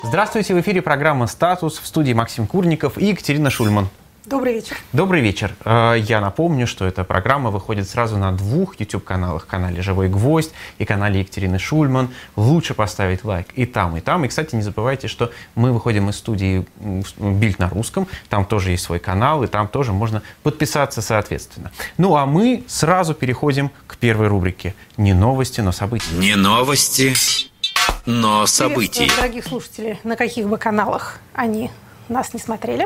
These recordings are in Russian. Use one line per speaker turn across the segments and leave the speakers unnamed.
Здравствуйте, в эфире программа «Статус», в студии Максим Курников и Екатерина Шульман.
Добрый вечер.
Добрый вечер. Я напомню, что эта программа выходит сразу на двух YouTube-каналах. Канале «Живой гвоздь» и канале Екатерины Шульман. Лучше поставить лайк и там, и там. И, кстати, не забывайте, что мы выходим из студии «Бильд на русском». Там тоже есть свой канал, и там тоже можно подписаться соответственно. Ну, а мы сразу переходим к первой рубрике. Не новости, но события.
Не новости, но события.
Приветствую, дорогих слушателей, на каких бы каналах они нас не смотрели.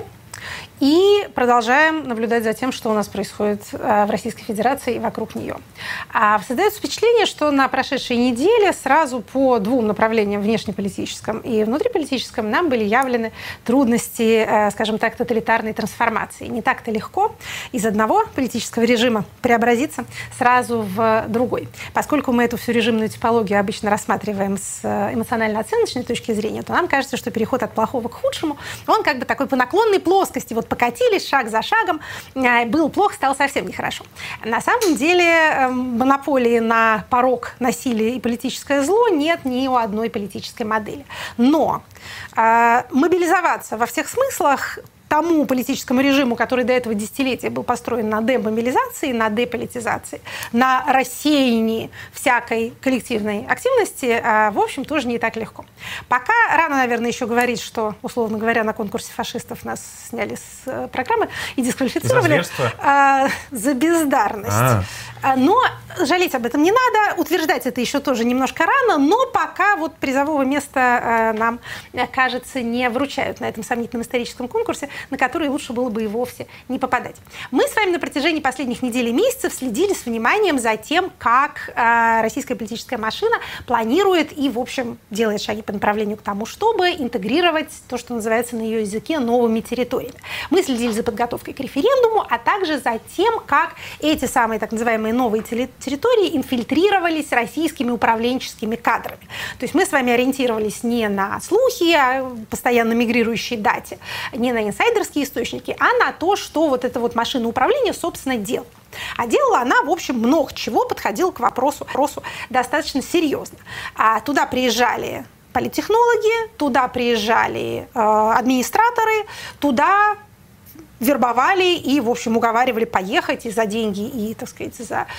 И продолжаем наблюдать за тем, что у нас происходит в Российской Федерации и вокруг нее. Создается впечатление, что на прошедшей неделе сразу по двум направлениям, внешнеполитическом и внутриполитическом, нам были явлены трудности, скажем так, тоталитарной трансформации. Не так-то легко из одного политического режима преобразиться сразу в другой. Поскольку мы эту всю режимную типологию обычно рассматриваем с эмоционально-оценочной точки зрения, то нам кажется, что переход от плохого к худшему, он как бы такой по наклонной плоскости. Вот покатились шаг за шагом, было плохо, стало совсем нехорошо. На самом деле монополии на порок, насилие и политическое зло нет ни у одной политической модели. Но мобилизоваться во всех смыслах тому политическому режиму, который до этого десятилетия был построен на демобилизации, на деполитизации, на рассеянии всякой коллективной активности, в общем, тоже не так легко. Пока рано, наверное, еще говорить, что, условно говоря, на конкурсе фашистов нас сняли с программы и дисквалифицировали за бездарность. Но жалеть об этом не надо, утверждать это еще тоже немножко рано, но пока вот призового места нам, кажется, не вручают на этом сомнительном историческом конкурсе, на который лучше было бы и вовсе не попадать. Мы с вами на протяжении последних недель и месяцев следили с вниманием за тем, как российская политическая машина планирует и, в общем, делает шаги по направлению к тому, чтобы интегрировать то, что называется на ее языке новыми территориями. Мы следили за подготовкой к референдуму, а также за тем, как эти самые так называемые новые территории инфильтрировались российскими управленческими кадрами. То есть мы с вами ориентировались не на слухи о постоянно мигрирующей дате, не на инсайдерские источники, а на то, что вот эта вот машина управления, собственно, делала. А делала она, в общем, много чего, подходила к вопросу достаточно серьезно. Туда приезжали политтехнологи, туда приезжали администраторы, туда вербовали и, в общем, уговаривали поехать и за деньги, и, так сказать,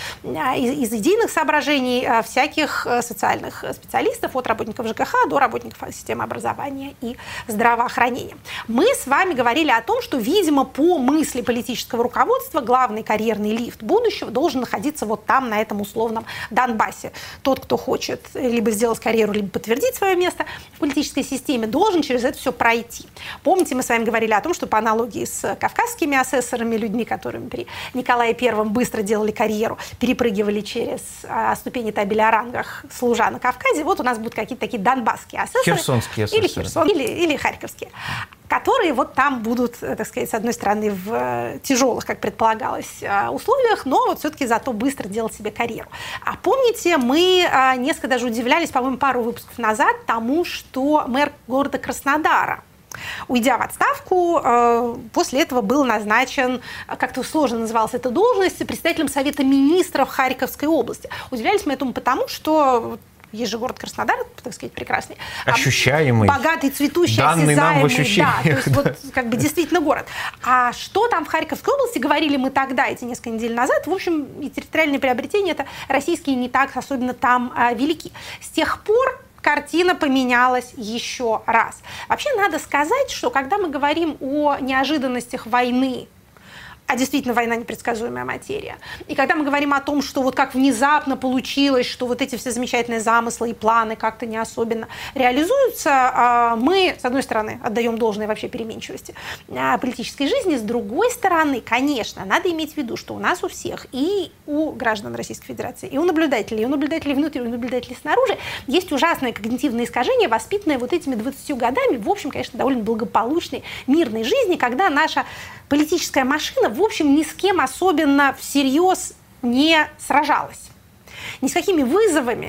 из идейных соображений всяких социальных специалистов, от работников ЖКХ до работников системы образования и здравоохранения. Мы с вами говорили о том, что, видимо, по мысли политического руководства главный карьерный лифт будущего должен находиться вот там, на этом условном Донбассе. Тот, кто хочет либо сделать карьеру, либо подтвердить свое место в политической системе, должен через это все пройти. Помните, мы с вами говорили о том, что по аналогии с кавказскими асессорами, людьми, которыми при Николае Первом быстро делали карьеру, перепрыгивали через ступени табели о рангах служа на Кавказе, вот у нас будут какие-то такие донбасские асессоры.
Херсонские асессоры.
Или харьковские. Которые вот там будут, так сказать, с одной стороны, в тяжелых, как предполагалось, условиях, но вот все-таки зато быстро делать себе карьеру. А помните, мы несколько даже удивлялись, по-моему, пару выпусков назад тому, что мэр города Краснодара, уйдя в отставку, после этого был назначен, как-то сложно называлась эта должность, председателем Совета министров Харьковской области. Удивлялись мы этому потому, что есть же город Краснодар, так сказать, прекрасный.
Ощущаемый.
Богатый, цветущий,
данный
осязаемый.
нам в ощущениях.
Да, то есть вот как бы действительно город. А что там в Харьковской области, говорили мы тогда, эти несколько недель назад, в общем, и территориальные приобретения, это российские не так особенно там велики. С тех пор картина поменялась еще раз. Вообще надо сказать, что когда мы говорим о неожиданностях войны, а действительно война непредсказуемая материя. И когда мы говорим о том, что вот как внезапно получилось, что вот эти все замечательные замыслы и планы как-то не особенно реализуются, мы, с одной стороны, отдаем должное вообще переменчивости политической жизни, с другой стороны, конечно, надо иметь в виду, что у нас у всех, и у граждан Российской Федерации, и у наблюдателей внутри, и у наблюдателей снаружи, есть ужасное когнитивное искажение, воспитанное вот этими 20 годами, в общем, конечно, довольно благополучной, мирной жизни, когда наша политическая машина, в общем, ни с кем особенно всерьез не сражалась. Ни с какими вызовами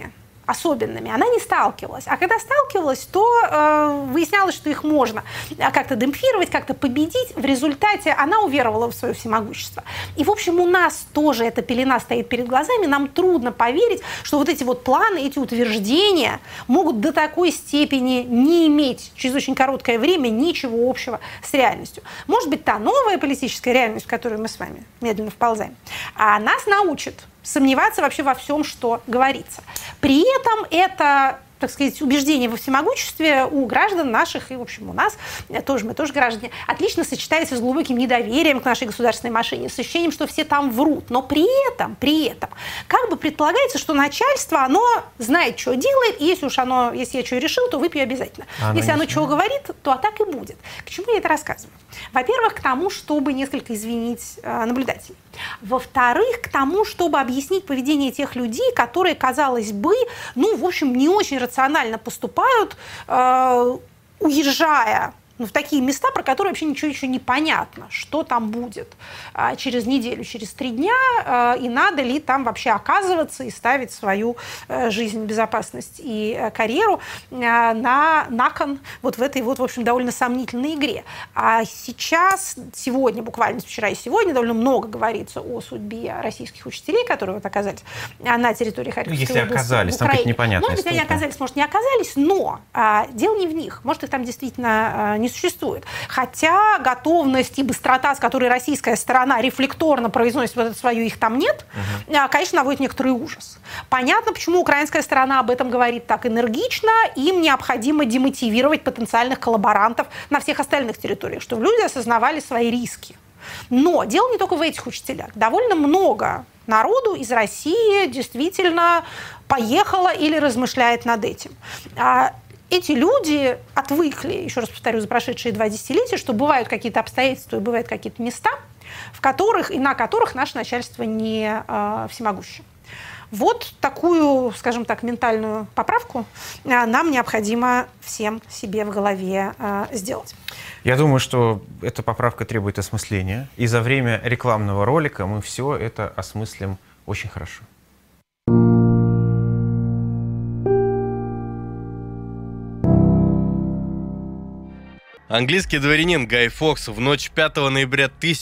особенными, она не сталкивалась. А когда сталкивалась, то выяснялось, что их можно как-то демпфировать, как-то победить. В результате она уверовала в свое всемогущество. И, в общем, у нас тоже эта пелена стоит перед глазами. Нам трудно поверить, что вот эти вот планы, эти утверждения могут до такой степени не иметь через очень короткое время ничего общего с реальностью. Может быть, та новая политическая реальность, в которую мы с вами медленно вползаем, нас научит сомневаться вообще во всем, что говорится. При этом это, так сказать, убеждение во всемогуществе у граждан наших, и, в общем, у нас, мы тоже граждане, отлично сочетается с глубоким недоверием к нашей государственной машине, с ощущением, что все там врут. Но при этом, как бы предполагается, что начальство, оно знает, что делает, и если я что решил, то выпью обязательно. Если оно чего говорит, то так и будет. К чему я это рассказываю? Во-первых, к тому, чтобы несколько извинить наблюдателей. Во-вторых, к тому, чтобы объяснить поведение тех людей, которые, казалось бы, в общем, не очень рационально поступают, уезжая в такие места, про которые вообще ничего еще не понятно, что там будет через неделю, через 3 дня, и надо ли там вообще оказываться и ставить свою жизнь, безопасность и карьеру на кон вот в этой вот, в общем, довольно сомнительной игре. А сегодня, буквально вчера и сегодня, довольно много говорится о судьбе российских учителей, которые вот оказались на территории Харьковской области.
Если оказались, там какие-то непонятные.
Может быть, они оказались, может, не оказались, но дело не в них. Может, их там действительно не существует. Хотя готовность и быстрота, с которой российская сторона рефлекторно произносит вот это свое «их там нет», конечно, наводит некоторый ужас. Понятно, почему украинская сторона об этом говорит так энергично. Им необходимо демотивировать потенциальных коллаборантов на всех остальных территориях, чтобы люди осознавали свои риски. Но дело не только в этих учителях. Довольно много народу из России действительно поехало или размышляет над этим. Эти люди отвыкли, еще раз повторю, за прошедшие 2 десятилетия, что бывают какие-то обстоятельства и бывают какие-то места, в которых и на которых наше начальство не всемогуще. Вот такую, скажем так, ментальную поправку нам необходимо всем себе в голове сделать.
Я думаю, что эта поправка требует осмысления, и за время рекламного ролика мы все это осмыслим очень хорошо.
Английский дворянин Гай Фокс в ночь 5 ноября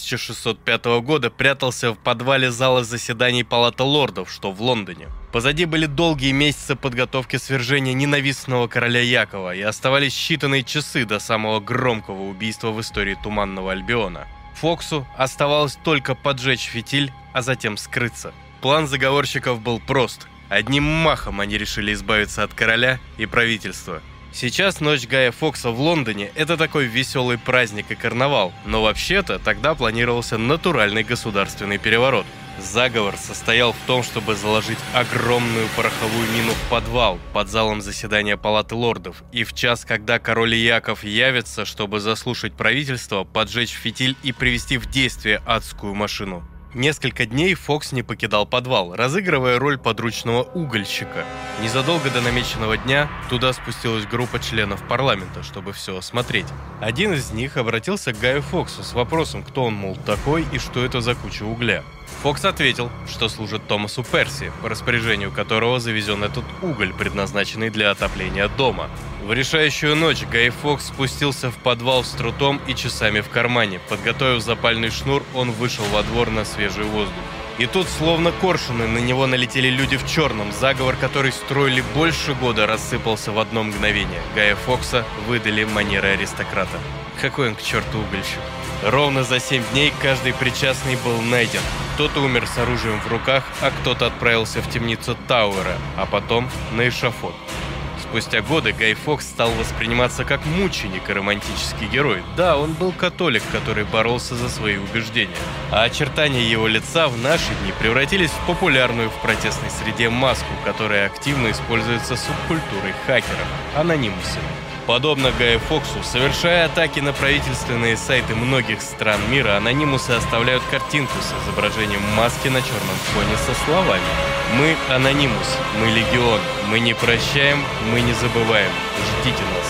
1605 года прятался в подвале зала заседаний Палаты лордов, что в Лондоне. Позади были долгие месяцы подготовки свержения ненавистного короля Якова, и оставались считанные часы до самого громкого убийства в истории Туманного Альбиона. Фоксу оставалось только поджечь фитиль, а затем скрыться. План заговорщиков был прост. Одним махом они решили избавиться от короля и правительства. Сейчас ночь Гая Фокса в Лондоне – это такой веселый праздник и карнавал, но вообще-то тогда планировался натуральный государственный переворот. Заговор состоял в том, чтобы заложить огромную пороховую мину в подвал под залом заседания Палаты лордов, и в час, когда король Яков явится, чтобы заслушать правительство, поджечь фитиль и привести в действие адскую машину. Несколько дней Фокс не покидал подвал, разыгрывая роль подручного угольщика. Незадолго до намеченного дня туда спустилась группа членов парламента, чтобы все осмотреть. Один из них обратился к Гаю Фоксу с вопросом, кто он, мол, такой и что это за куча угля. Фокс ответил, что служит Томасу Перси, по распоряжению которого завезен этот уголь, предназначенный для отопления дома. В решающую ночь Гай Фокс спустился в подвал с трутом и часами в кармане. Подготовив запальный шнур, он вышел во двор на свежий воздух. И тут, словно коршуны, на него налетели люди в черном. Заговор, который строили больше года, рассыпался в одно мгновение. Гая Фокса выдали манеры аристократа. Какой он к черту угольщик? Ровно за 7 дней каждый причастный был найден. Кто-то умер с оружием в руках, а кто-то отправился в темницу Тауэра, а потом на эшафот. Спустя годы Гай Фокс стал восприниматься как мученик и романтический герой. Да, он был католик, который боролся за свои убеждения. А очертания его лица в наши дни превратились в популярную в протестной среде маску, которая активно используется субкультурой хакеров – анонимусами. Подобно Гаю Фоксу, совершая атаки на правительственные сайты многих стран мира, анонимусы оставляют картинку с изображением маски на черном фоне со словами: «Мы анонимус, мы легион, мы не прощаем, мы не забываем, ждите нас».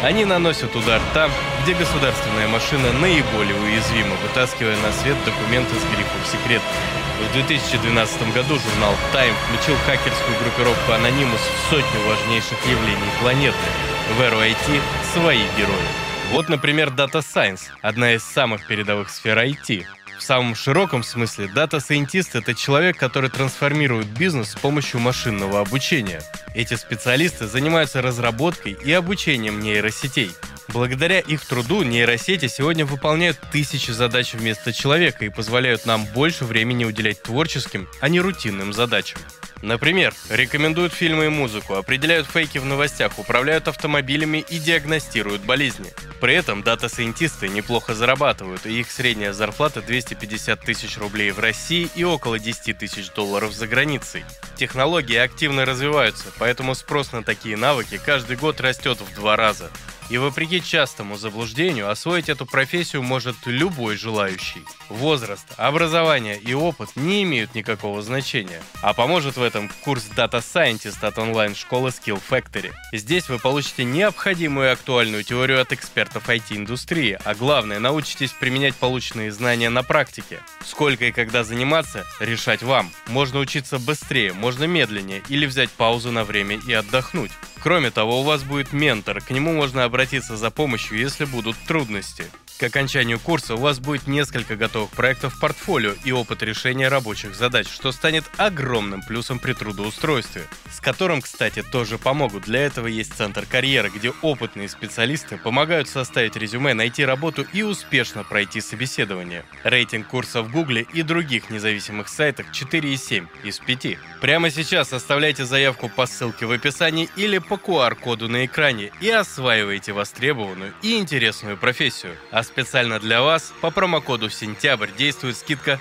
Они наносят удар там, где государственная машина наиболее уязвима, вытаскивая на свет документы с грифом «секретно». В 2012 году журнал Time включил хакерскую группировку Anonymous в сотню важнейших явлений планеты. В эру IT свои герои. Вот, например, Data Science, одна из самых передовых сфер IT. В самом широком смысле, дата-сайентист — это человек, который трансформирует бизнес с помощью машинного обучения. Эти специалисты занимаются разработкой и обучением нейросетей. Благодаря их труду нейросети сегодня выполняют тысячи задач вместо человека и позволяют нам больше времени уделять творческим, а не рутинным задачам. Например, рекомендуют фильмы и музыку, определяют фейки в новостях, управляют автомобилями и диагностируют болезни. При этом дата-сайентисты неплохо зарабатывают, и их средняя зарплата 250 тысяч рублей в России и около 10 тысяч долларов за границей. Технологии активно развиваются, поэтому спрос на такие навыки каждый год растет в 2 раза. И вопреки частому заблуждению, освоить эту профессию может любой желающий. Возраст, образование и опыт не имеют никакого значения. А поможет в этом курс Data Scientist от онлайн-школы Skill Factory. Здесь вы получите необходимую и актуальную теорию от экспертов IT-индустрии, а главное, научитесь применять полученные знания на практике. Сколько и когда заниматься, решать вам. Можно учиться быстрее, можно медленнее или взять паузу на время и отдохнуть. Кроме того, у вас будет ментор, к нему можно обратиться за помощью, если будут трудности. К окончанию курса у вас будет несколько готовых проектов в портфолио и опыт решения рабочих задач, что станет огромным плюсом при трудоустройстве, с которым, кстати, тоже помогут. Для этого есть Центр карьеры, где опытные специалисты помогают составить резюме, найти работу и успешно пройти собеседование. Рейтинг курса в Гугле и других независимых сайтах 4,7 из 5. Прямо сейчас оставляйте заявку по ссылке в описании или по QR-коду на экране и осваивайте востребованную и интересную профессию. А специально для вас по промокоду «Сентябрь» действует скидка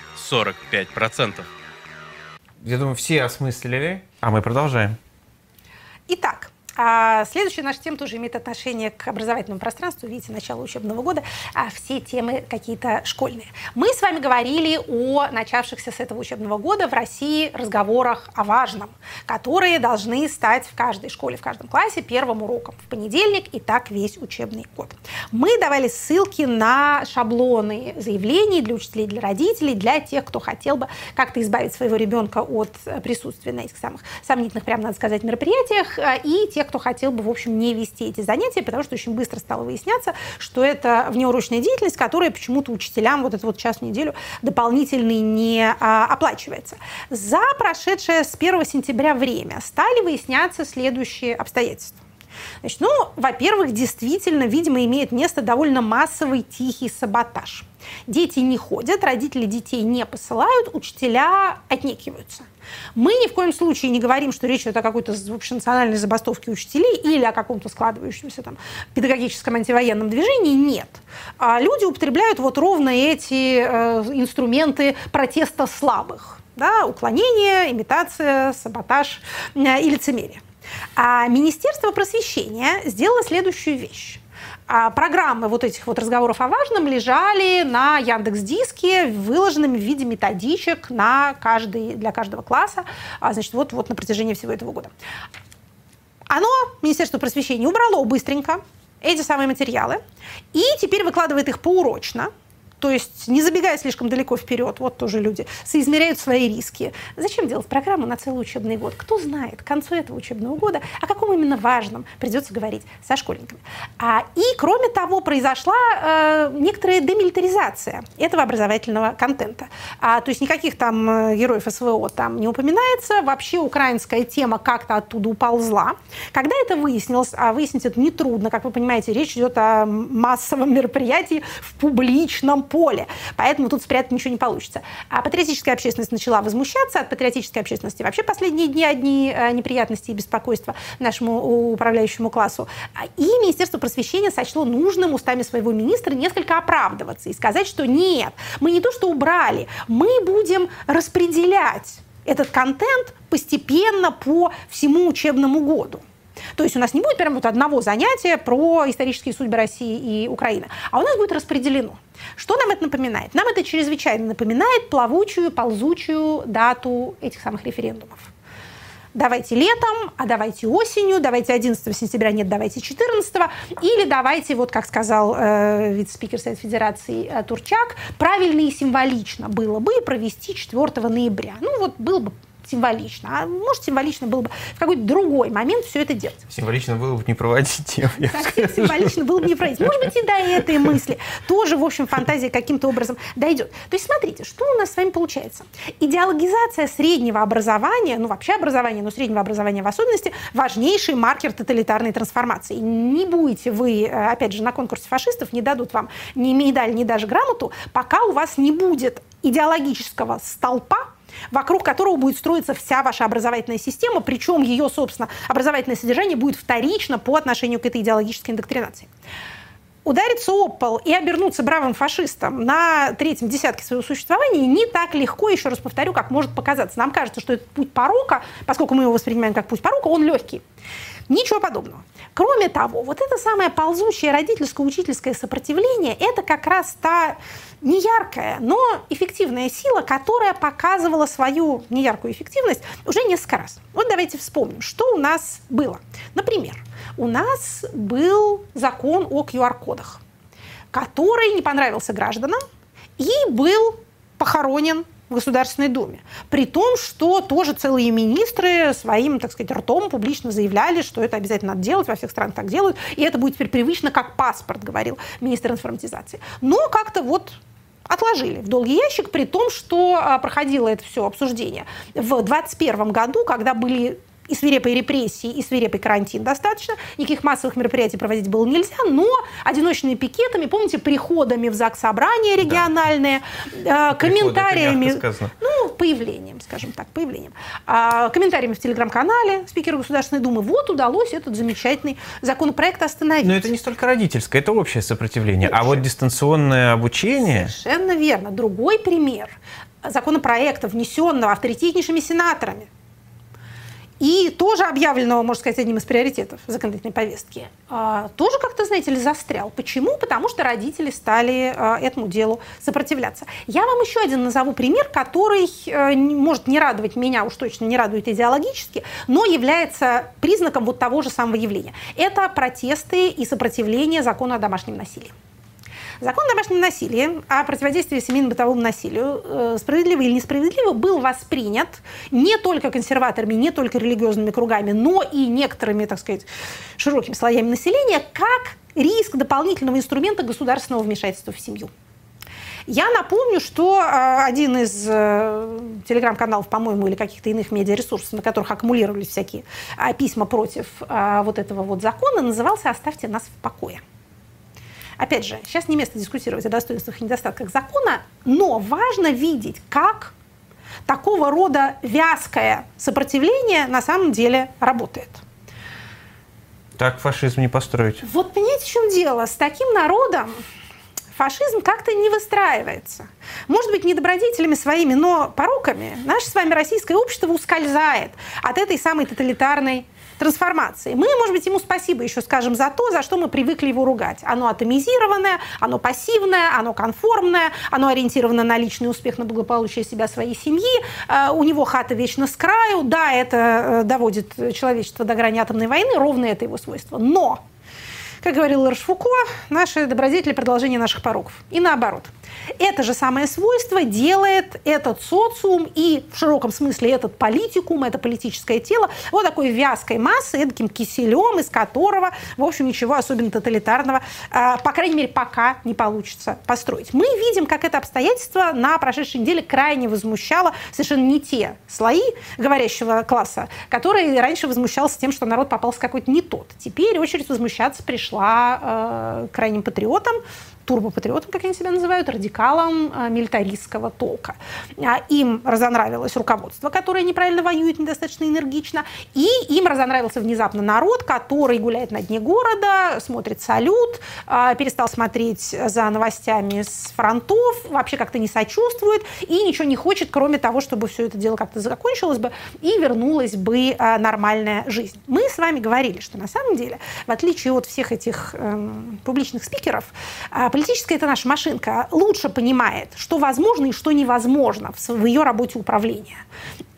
45%.
Я думаю, все осмыслили, а мы продолжаем.
Итак, следующая наша тема тоже имеет отношение к образовательному пространству. Видите, начало учебного года, все темы какие-то школьные. Мы с вами говорили о начавшихся с этого учебного года в России разговорах о важном, которые должны стать в каждой школе, в каждом классе первым уроком в понедельник и так весь учебный год. Мы давали ссылки на шаблоны заявлений для учителей, для родителей, для тех, кто хотел бы как-то избавить своего ребенка от присутствия на этих самых сомнительных, прямо надо сказать, мероприятиях, и тех, кто хотел бы, в общем, не вести эти занятия, потому что очень быстро стало выясняться, что это внеурочная деятельность, которая почему-то учителям вот эту вот час в неделю дополнительный не оплачивается. За прошедшее с 1 сентября время стали выясняться следующие обстоятельства. Значит, во-первых, действительно, видимо, имеет место довольно массовый тихий саботаж. Дети не ходят, родители детей не посылают, учителя отнекиваются. Мы ни в коем случае не говорим, что речь идет о какой-то общенациональной забастовке учителей или о каком-то складывающемся там педагогическом антивоенном движении. Нет. Люди употребляют вот ровно эти инструменты протеста слабых. Да? Уклонение, имитация, саботаж и лицемерие. А Министерство просвещения сделало следующую вещь. Программы вот этих вот разговоров о важном лежали на Яндекс.Диске, выложенными в виде методичек для каждого класса, значит, вот на протяжении всего этого года. Министерство просвещения убрало быстренько эти самые материалы и теперь выкладывает их поурочно. То есть, не забегая слишком далеко вперед, вот тоже люди соизмеряют свои риски. Зачем делать программу на целый учебный год? Кто знает, к концу этого учебного года о каком именно важном придется говорить со школьниками. И, кроме того, произошла некоторая демилитаризация этого образовательного контента. То есть, никаких там героев СВО там не упоминается. Вообще, украинская тема как-то оттуда уползла. Когда это выяснилось, выяснить это нетрудно, как вы понимаете, речь идет о массовом мероприятии в публичном поле. Поэтому тут спрятать ничего не получится. Патриотическая общественность начала возмущаться. От патриотической общественности вообще последние дни одни неприятности и беспокойства нашему управляющему классу. И Министерство просвещения сочло нужным устами своего министра несколько оправдываться и сказать, что нет, мы не то что убрали, мы будем распределять этот контент постепенно по всему учебному году. То есть у нас не будет прямо одного занятия про исторические судьбы России и Украины, а у нас будет распределено. Что нам это напоминает? Нам это чрезвычайно напоминает плавучую, ползучую дату этих самых референдумов. давайте летом, а давайте осенью, давайте 11 сентября, нет, давайте 14, или давайте, вот как сказал вице-спикер Совета Федерации Турчак, правильно и символично было бы провести 4 ноября. Ну вот было бы символично. А может, символично было бы в какой-то другой момент все это делать.
Символично было бы не проводить его.
Символично было бы не проводить. Может быть, и до этой мысли тоже, в общем, фантазия каким-то образом дойдет. То есть, смотрите, что у нас с вами получается. Идеологизация среднего образования, ну, вообще образования, но среднего образования в особенности, важнейший маркер тоталитарной трансформации. Не будете вы, опять же, на конкурсе фашистов, не дадут вам ни медаль, ни даже грамоту, пока у вас не будет идеологического столпа, вокруг которого будет строиться вся ваша образовательная система, причем ее, собственно, образовательное содержание будет вторично по отношению к этой идеологической индоктринации. Удариться об пол и обернуться бравым фашистом на третьем десятке своего существования не так легко, еще раз повторю, как может показаться. Нам кажется, что этот путь порока, поскольку мы его воспринимаем как путь порока, он легкий. Ничего подобного. Кроме того, вот это самое ползущее родительско-учительское сопротивление – это как раз та неяркая, но эффективная сила, которая показывала свою неяркую эффективность уже несколько раз. Вот давайте вспомним, что у нас было. Например, у нас был закон о QR-кодах, который не понравился гражданам и был похоронен в Государственной Думе. При том, что тоже целые министры своим, так сказать, ртом публично заявляли, что это обязательно надо делать, во всех странах так делают, и это будет теперь привычно как паспорт, говорил министр информатизации. Но как-то вот отложили в долгий ящик, при том, что проходило это все обсуждение в 2021 году, когда были и свирепые репрессии, и свирепый карантин достаточно. Никаких массовых мероприятий проводить было нельзя, но одиночными пикетами, помните, приходами в ЗАГС-собрания региональные, да. Комментариями, ну, появлением, скажем так, появлением, комментариями в телеграм-канале спикера Государственной Думы, вот удалось этот замечательный законопроект остановить.
Но это не столько родительское, это общее сопротивление. А вот дистанционное обучение...
Совершенно верно. Другой пример законопроекта, внесенного авторитетнейшими сенаторами, и тоже объявленного, можно сказать, одним из приоритетов законодательной повестки, тоже как-то, знаете ли, застрял. Почему? Потому что родители стали этому делу сопротивляться. Я вам еще один назову пример, который может не радовать меня, уж точно не радует идеологически, но является признаком вот того же самого явления. Это протесты и сопротивление закону о домашнем насилии. Закон о домашнем насилии, о противодействии семейно-бытовому насилию, справедливо или несправедливо, был воспринят не только консерваторами, не только религиозными кругами, но и некоторыми, так сказать, широкими слоями населения, как риск дополнительного инструмента государственного вмешательства в семью. Я напомню, что один из телеграм-каналов, по-моему, или каких-то иных медиаресурсов, на которых аккумулировались всякие письма против вот этого вот закона, назывался «Оставьте нас в покое». Опять же, сейчас не место дискутировать о достоинствах и недостатках закона, но важно видеть, как такого рода вязкое сопротивление на самом деле работает.
Так фашизм не построить.
Вот понимаете, в чем дело? С таким народом фашизм как-то не выстраивается. Может быть, не добродетелями своими, но пороками наше с вами российское общество ускользает от этой самой тоталитарной трансформации. Мы, может быть, ему спасибо еще скажем за то, за что мы привыкли его ругать. Оно атомизированное, оно пассивное, оно конформное, оно ориентировано на личный успех, на благополучие себя, своей семьи. У него хата вечно с краю. Да, это доводит человечество до грани атомной войны, ровно это его свойство. Но, как говорил Ларш Фуко, наши добродетели – продолжение наших пороков. И наоборот. Это же самое свойство делает этот социум и, в широком смысле, этот политикум, это политическое тело, вот такой вязкой массой, таким киселем, из которого, в общем, ничего особенно тоталитарного, по крайней мере, пока не получится построить. Мы видим, как это обстоятельство на прошедшей неделе крайне возмущало совершенно не те слои говорящего класса, которые раньше возмущался тем, что народ попался какой-то не тот. Теперь очередь возмущаться пришла крайним патриотам, турбопатриотам, как они себя называют, радикалам милитаристского толка. Им разонравилось руководство, которое неправильно воюет, недостаточно энергично, и им разонравился внезапно народ, который гуляет на дне города, смотрит салют, перестал смотреть за новостями с фронтов, вообще как-то не сочувствует и ничего не хочет, кроме того, чтобы все это дело как-то закончилось бы и вернулась бы нормальная жизнь. Мы с вами говорили, что на самом деле, в отличие от всех этих публичных спикеров, политическая эта наша машинка лучше понимает, что возможно и что невозможно в ее работе управления.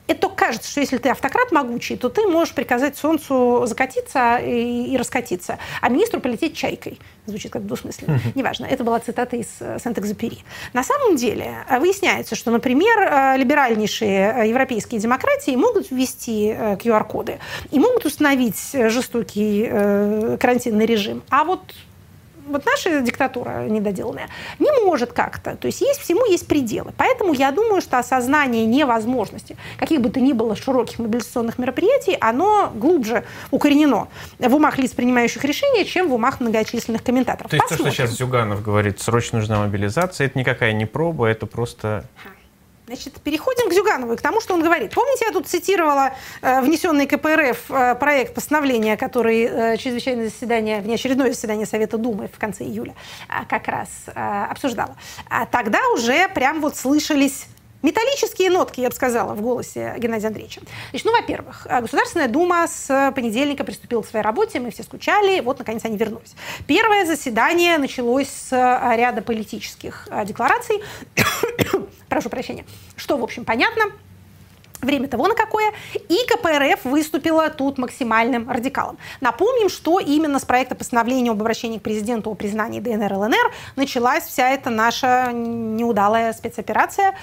это только кажется, что если ты автократ могучий, то ты можешь приказать Солнцу закатиться и раскатиться, а министру полететь чайкой. Звучит как двусмысленно. Неважно. Это была цитата из Сент-Экзюпери. На самом деле выясняется, что, например, либеральнейшие европейские демократии могут ввести QR-коды и могут установить жестокий карантинный режим. А вот наша диктатура недоделанная не может как-то. То есть всему есть пределы. Поэтому я думаю, что осознание невозможности каких бы то ни было широких мобилизационных мероприятий, оно глубже укоренено в умах лиц, принимающих решения, чем в умах многочисленных комментаторов.
То есть то, что сейчас Зюганов говорит, срочно нужна мобилизация, это никакая не проба, это просто...
Значит, переходим к Зюганову и к тому, что он говорит. Помните, я тут цитировала внесенный КПРФ проект постановления, который чрезвычайное заседание, внеочередное заседание Совета Думы в конце июля как раз обсуждало. Тогда уже прям вот слышались металлические нотки, я бы сказала, в голосе Геннадия Андреевича. Значит, во-первых, Государственная Дума с понедельника приступила к своей работе, мы все скучали, вот, наконец, они вернулись. Первое заседание началось с ряда политических деклараций, прошу прощения, что, в общем, понятно. Время-то вон какое. И КПРФ выступила тут максимальным радикалом. Напомним, что именно с проекта постановления об обращении к президенту о признании ДНР и ЛНР началась вся эта наша неудалая спецоперация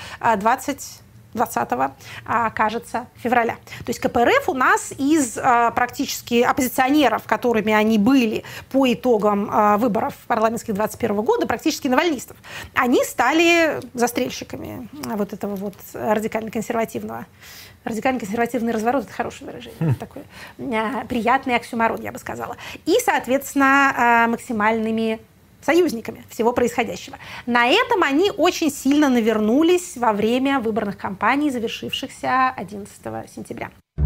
20, кажется, февраля. То есть КПРФ у нас из практически оппозиционеров, которыми они были по итогам выборов парламентских 2021 года, практически навальнистов, они стали застрельщиками вот этого вот радикально-консервативного. Радикально-консервативный разворот – это хорошее выражение, такой приятный оксюморон, я бы сказала. И, соответственно, максимальными союзниками всего происходящего. На этом они очень сильно навернулись во время выборных кампаний, завершившихся 11 сентября.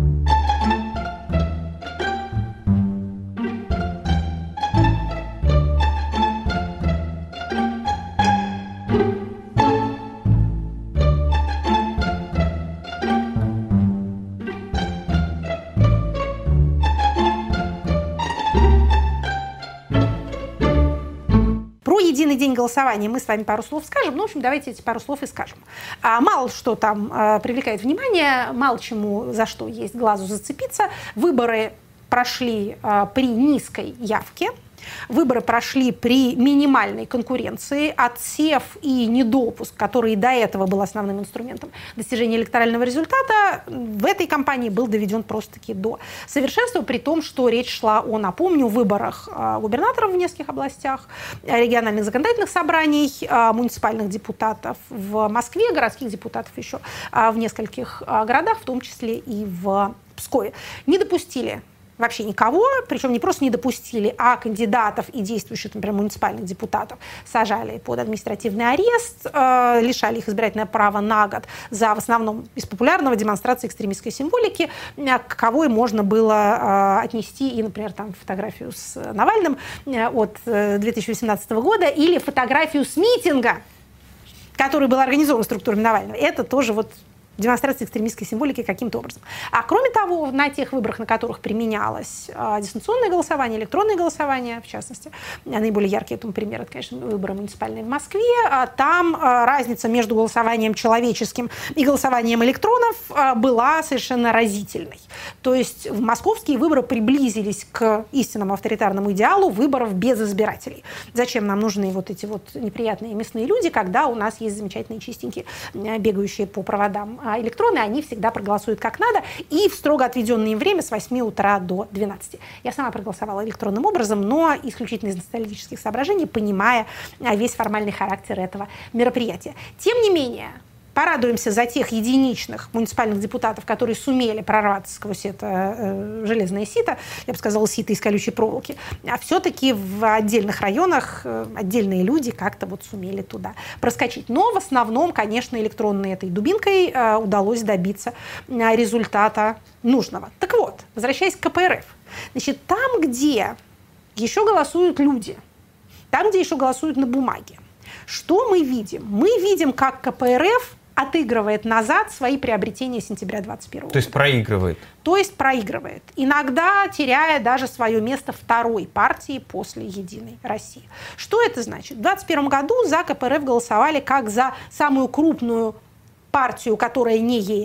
Единый день голосования мы с вами пару слов скажем. Ну, в общем, давайте эти пару слов и скажем. Мало что там привлекает внимание, мало чему за что есть глазу зацепиться. Выборы прошли при низкой явке. Выборы прошли при минимальной конкуренции. Отсев и недопуск, который до этого был основным инструментом достижения электорального результата, в этой кампании был доведен просто-таки до совершенства, при том, что речь шла о, напомню, выборах губернаторов в нескольких областях, региональных законодательных собраний, муниципальных депутатов в Москве, городских депутатов еще в нескольких городах, в том числе и в Пскове. Не допустили вообще никого, причем не просто не допустили, а кандидатов и действующих, например, муниципальных депутатов сажали под административный арест, лишали их избирательного права на год за, в основном, из популярного демонстрации экстремистской символики, каковой можно было отнести и, например, там, фотографию с Навальным от 2018 года или фотографию с митинга, который был организован структурами Навального. Это тоже вот демонстрации экстремистской символики каким-то образом. А кроме того, на тех выборах, на которых применялось дистанционное голосование, электронное голосование, в частности, наиболее яркий этому пример, это, конечно, выборы муниципальные в Москве, там разница между голосованием человеческим и голосованием электронов была совершенно разительной. То есть московские выборы приблизились к истинному авторитарному идеалу выборов без избирателей. Зачем нам нужны вот эти вот неприятные мясные люди, когда у нас есть замечательные чистенькие, бегающие по проводам электроны, они всегда проголосуют как надо и в строго отведенное им время с 8 утра до 12. Я сама проголосовала электронным образом, но исключительно из ностальгических соображений, понимая весь формальный характер этого мероприятия. Тем не менее, порадуемся за тех единичных муниципальных депутатов, которые сумели прорваться сквозь это железное сито, я бы сказала, сито из колючей проволоки. А все-таки в отдельных районах отдельные люди как-то вот сумели туда проскочить. Но в основном, конечно, электронной этой дубинкой удалось добиться результата нужного. Так вот, возвращаясь к КПРФ. Значит, там, где еще голосуют люди, там, где еще голосуют на бумаге, что мы видим? Мы видим, как КПРФ отыгрывает назад свои приобретения сентября 2021 года.
То есть проигрывает? То есть
проигрывает. Иногда теряя даже свое место второй партии после «Единой России». Что это значит? В 2021 году за КПРФ голосовали как за самую крупную партию, которая не ЕР,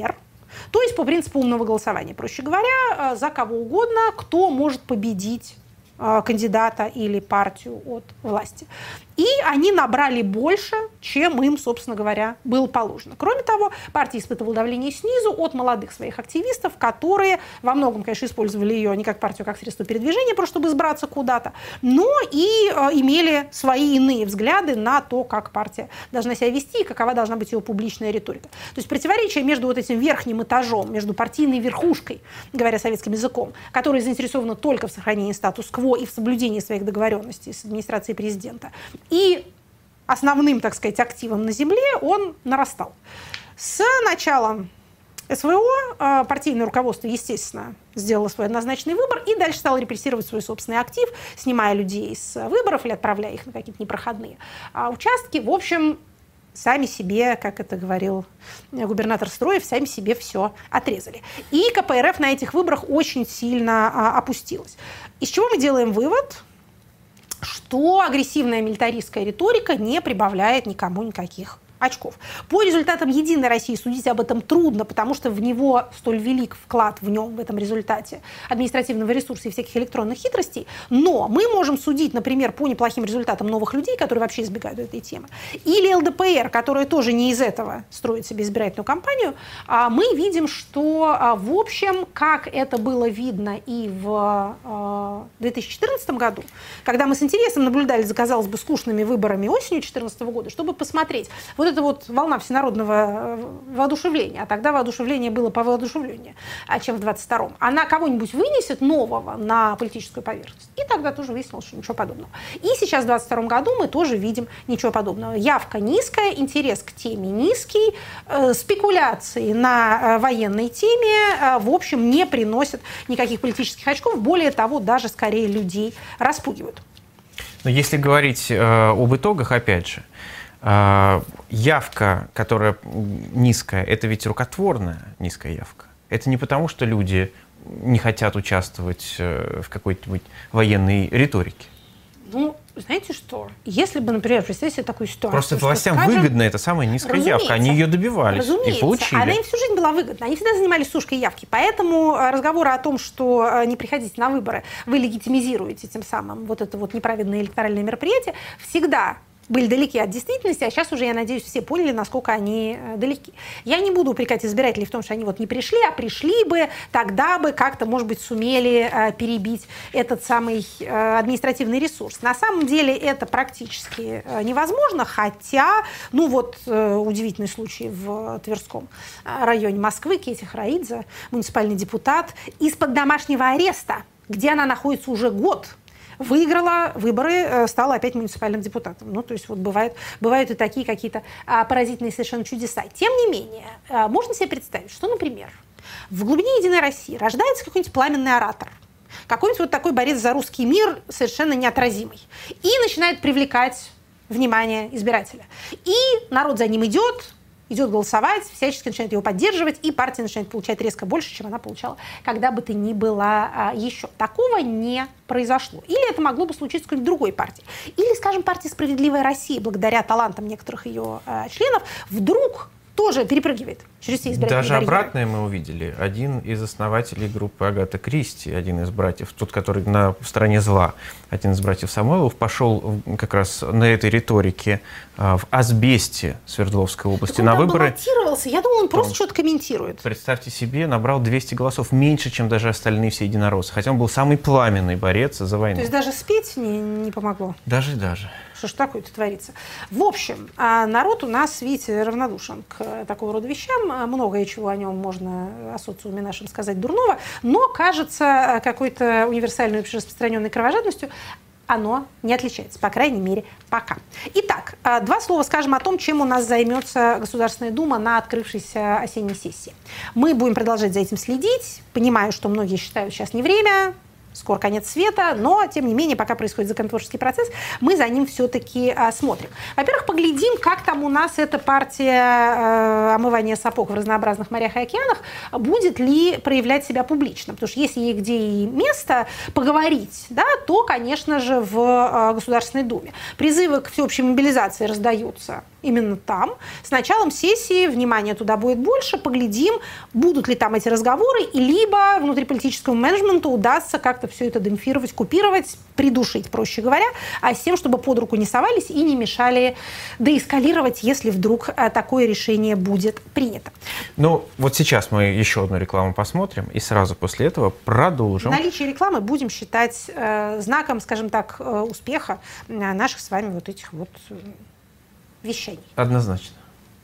То есть по принципу умного голосования, проще говоря, за кого угодно, кто может победить кандидата или партию от власти. И они набрали больше, чем им, собственно говоря, было положено. Кроме того, партия испытывала давление снизу от молодых своих активистов, которые во многом, конечно, использовали ее не как партию, а как средство передвижения, просто чтобы сбраться куда-то, но и имели свои иные взгляды на то, как партия должна себя вести и какова должна быть ее публичная риторика. То есть противоречие между вот этим верхним этажом, между партийной верхушкой, говоря советским языком, которая заинтересована только в сохранении статус-кво и в соблюдении своих договоренностей с администрацией президента, и основным, так сказать, активом на земле, он нарастал. С началом СВО партийное руководство, естественно, сделало свой однозначный выбор и дальше стало репрессировать свой собственный актив, снимая людей с выборов или отправляя их на какие-то непроходные участки. В общем, сами себе, как это говорил губернатор Строев, сами себе все отрезали. И КПРФ на этих выборах очень сильно опустилась. Из чего мы делаем вывод? Что агрессивная милитаристская риторика не прибавляет никому никаких очков. По результатам «Единой России» судить об этом трудно, потому что в него столь велик вклад в нем, в этом результате, административного ресурса и всяких электронных хитростей. Но мы можем судить, например, по неплохим результатам новых людей, которые вообще избегают этой темы. Или ЛДПР, которая тоже не из этого строит себе избирательную кампанию. Мы видим, что, в общем, как это было видно и в 2014 году, когда мы с интересом наблюдали за, казалось бы, скучными выборами осенью 2014 года, чтобы посмотреть, вот это вот волна всенародного воодушевления, а тогда воодушевление было повоодушевленнее, чем в 22-м, она кого-нибудь вынесет нового на политическую поверхность. И тогда тоже выяснилось, что ничего подобного. И сейчас в 22-м году мы тоже видим ничего подобного. Явка низкая, интерес к теме низкий, спекуляции на военной теме, в общем, не приносят никаких политических очков. Более того, даже скорее людей распугивают.
Но если говорить об итогах, опять же, явка, которая низкая, это ведь рукотворная низкая явка. Это не потому, что люди не хотят участвовать в какой-нибудь военной риторике.
Ну, знаете что? Если бы, например, представьте себе такую ситуацию.
Просто властям выгодна эта самая низкая явка. Они ее добивались и получили.
Она им всю жизнь была выгодна. Они всегда занимались сушкой явки. Поэтому разговоры о том, что не приходите на выборы, вы легитимизируете тем самым вот это вот неправедное электоральное мероприятие, всегда были далеки от действительности, а сейчас уже, я надеюсь, все поняли, насколько они далеки. Я не буду упрекать избирателей в том, что они вот не пришли, а пришли бы, тогда бы как-то, может быть, сумели перебить этот самый административный ресурс. На самом деле это практически невозможно, хотя, ну вот удивительный случай в Тверском районе Москвы, Кетя Хараидзе, муниципальный депутат, из-под домашнего ареста, где она находится уже год, выиграла выборы, стала опять муниципальным депутатом. Ну, то есть вот бывают и такие какие-то поразительные совершенно чудеса. Тем не менее, можно себе представить, что, например, в глубине «Единой России» рождается какой-нибудь пламенный оратор, какой-нибудь вот такой борец за русский мир, совершенно неотразимый, и начинает привлекать внимание избирателя. И народ за ним идет голосовать, всячески начинает его поддерживать, и партия начинает получать резко больше, чем она получала, когда бы то ни было еще. Такого не произошло. Или это могло бы случиться с какой-нибудь другой партией. Или, скажем, партия «Справедливая Россия», благодаря талантам некоторых ее членов, вдруг тоже перепрыгивает через все избирательные
Даже
барьеры.
обратное мы увидели. Один из основателей группы Агата Кристи, один из братьев, тот, который на стороне зла, один из братьев Самойлов, пошел как раз на этой риторике в Асбесте Свердловской области
Так он
на
там
выборы.
баллотировался. Я думала, он просто что-то комментирует.
Представьте себе, набрал 200 голосов, меньше, чем даже остальные все единороссы. Хотя он был самый пламенный борец за войну.
То есть даже спеть не помогло.
Даже.
Что ж такое-то творится? В общем, народ у нас, видите, равнодушен к такого рода вещам. Многое чего о нем можно о социуме нашем сказать дурного, но, кажется, какой-то универсальной общераспространенной кровожадностью оно не отличается, по крайней мере, пока. Итак, два слова скажем о том, чем у нас займется Государственная Дума на открывшейся осенней сессии. Мы будем продолжать за этим следить. Понимаю, что многие считают, сейчас не время, скоро конец света, но, тем не менее, пока происходит законотворческий процесс, мы за ним все-таки смотрим. Во-первых, поглядим, как там у нас эта партия омывания сапог в разнообразных морях и океанах будет ли проявлять себя публично. Потому что если ей где и место поговорить, да, то, конечно же, в Государственной Думе. Призывы к всеобщей мобилизации раздаются именно там. С началом сессии внимания туда будет больше, поглядим, будут ли там эти разговоры, и либо внутриполитическому менеджменту удастся как-то все это демпфировать, купировать, придушить, проще говоря, а с тем, чтобы под руку не совались и не мешали деэскалировать, если вдруг такое решение будет принято.
Ну, вот сейчас мы еще одну рекламу посмотрим, и сразу после этого продолжим.
Наличие рекламы будем считать знаком, скажем так, успеха наших с вами вот этих вот вещей.
Однозначно.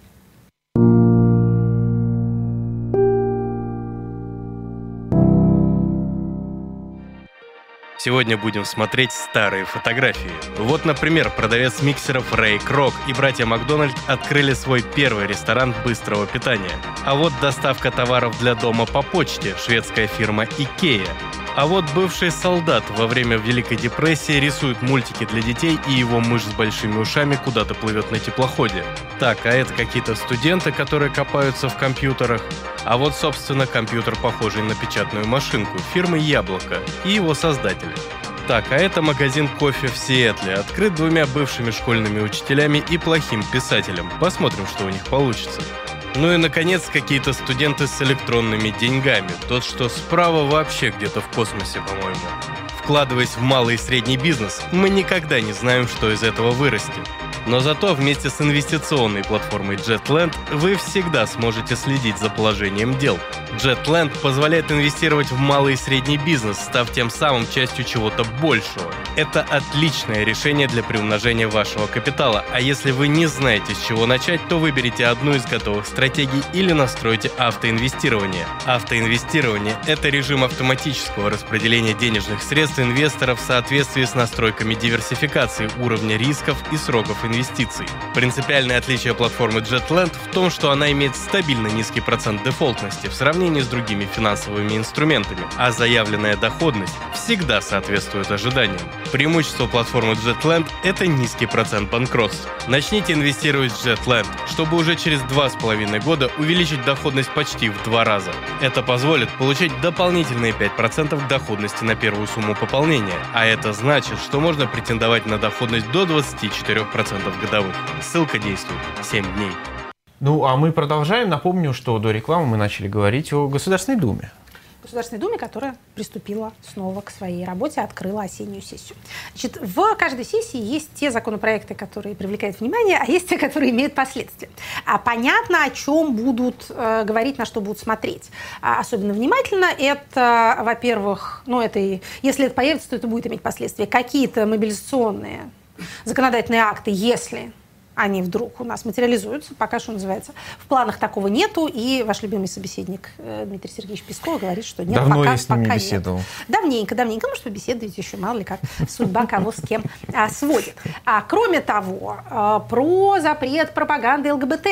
Сегодня будем смотреть старые фотографии. Вот, например, продавец миксеров Рэй Крок и братья Макдональд открыли свой первый ресторан быстрого питания. А вот доставка товаров для дома по почте, шведская фирма Икея. А вот бывший солдат во время Великой депрессии рисует мультики для детей, и его мышь с большими ушами куда-то плывет на теплоходе. Так, а это какие-то студенты, которые копаются в компьютерах. А вот, собственно, компьютер, похожий на печатную машинку, фирмы «Яблоко» и его создатели. Так, а это магазин кофе в Сиэтле, открыт двумя бывшими школьными учителями и плохим писателем. Посмотрим, что у них получится. Ну и, наконец, какие-то студенты с электронными деньгами. Тот, что справа, вообще где-то в космосе, по-моему. Вкладываясь в малый и средний бизнес, мы никогда не знаем, что из этого вырастет. Но зато вместе с инвестиционной платформой JetLand вы всегда сможете следить за положением дел. JetLand позволяет инвестировать в малый и средний бизнес, став тем самым частью чего-то большего. Это отличное решение для приумножения вашего капитала, а если вы не знаете, с чего начать, то выберите одну из готовых стратегий или настройте автоинвестирование. Автоинвестирование – это режим автоматического распределения денежных средств инвесторов в соответствии с настройками диверсификации уровня рисков и сроков инвестиций. Принципиальное отличие платформы JetLand в том, что она имеет стабильно низкий процент дефолтности в сравнении с другими финансовыми инструментами, а заявленная доходность всегда соответствует ожиданиям. Преимущество платформы JetLand – это низкий процент банкротств. Начните инвестировать в JetLand, чтобы уже через 2,5 года увеличить доходность почти в 2 раза. Это позволит получить дополнительные 5% доходности на первую сумму пополнения, а это значит, что можно претендовать на доходность до 24% годовых. Ссылка действует 7 дней.
Ну, а мы продолжаем. Напомню, что до рекламы мы начали говорить о Государственной Думе.
Государственной Думе, которая приступила снова к своей работе, открыла осеннюю сессию. Значит, в каждой сессии есть те законопроекты, которые привлекают внимание, а есть те, которые имеют последствия. Понятно, о чем будут говорить, на что будут смотреть. Особенно внимательно это, во-первых, если это появится, то это будет иметь последствия. Какие-то мобилизационные законодательные акты, если они вдруг у нас материализуются, пока что называется. В планах такого нету, и ваш любимый собеседник Дмитрий Сергеевич Песков говорит, что нет,
давно
пока,
я с ним не
пока
беседовал.
Давненько, может, побеседуете еще, мало ли как судьба кого с кем сводит. Кроме того, про запрет пропаганды ЛГБТ.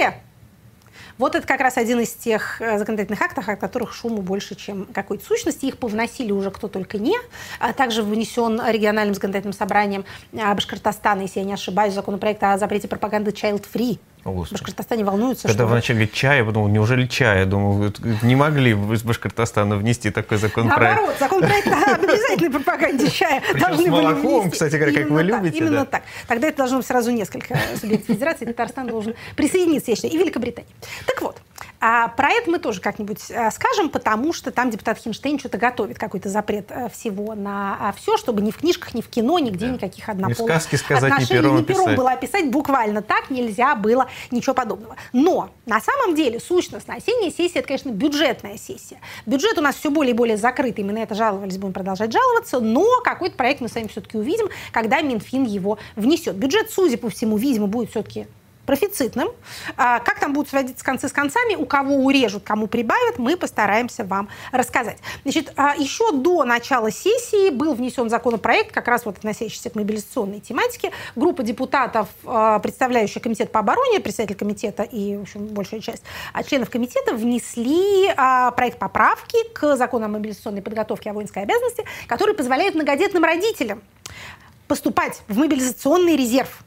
Вот это как раз один из тех законодательных актов, о которых шуму больше, чем какой-то сущности. Их повносили уже кто только не. Также внесен региональным законодательным собранием Башкортостана, если я не ошибаюсь, законопроект о запрете пропаганды Child Free. В Башкортостане волнуются,
когда
что...
вы начали говорить чай, я подумал, неужели чай? Я думал, не могли бы из Башкортостана внести такой законопроект.
Наоборот, законопроект об обязательной пропаганде чая должны были внести. С молоком,
кстати говоря, как вы любите.
Именно так. Тогда это должно быть сразу несколько субъектов федерации. Татарстан должен присоединиться, я считаю, и Великобритания. Так вот, про это мы тоже как-нибудь скажем, потому что там депутат Хинштейн что-то готовит, какой-то запрет всего на все, чтобы ни в книжках, ни в кино, нигде никаких однополых отношений ни пером было описать. Буквально так нельзя было, ничего подобного. Но на самом деле сущностно осенняя сессия – это, конечно, бюджетная сессия. Бюджет у нас все более и более закрытый, мы на это жаловались, будем продолжать жаловаться, но какой-то проект мы с вами все-таки увидим, когда Минфин его внесет. Бюджет, судя по всему, видимо, будет все-таки профицитным. Как там будут сводиться концы с концами, у кого урежут, кому прибавят, мы постараемся вам рассказать. Значит, еще до начала сессии был внесен законопроект, как раз вот относящийся к мобилизационной тематике. Группа депутатов, представляющая комитет по обороне, представитель комитета и, в общем, большая часть членов комитета внесли проект поправки к закону о мобилизационной подготовке и о воинской обязанности, который позволяет многодетным родителям поступать в мобилизационный резерв.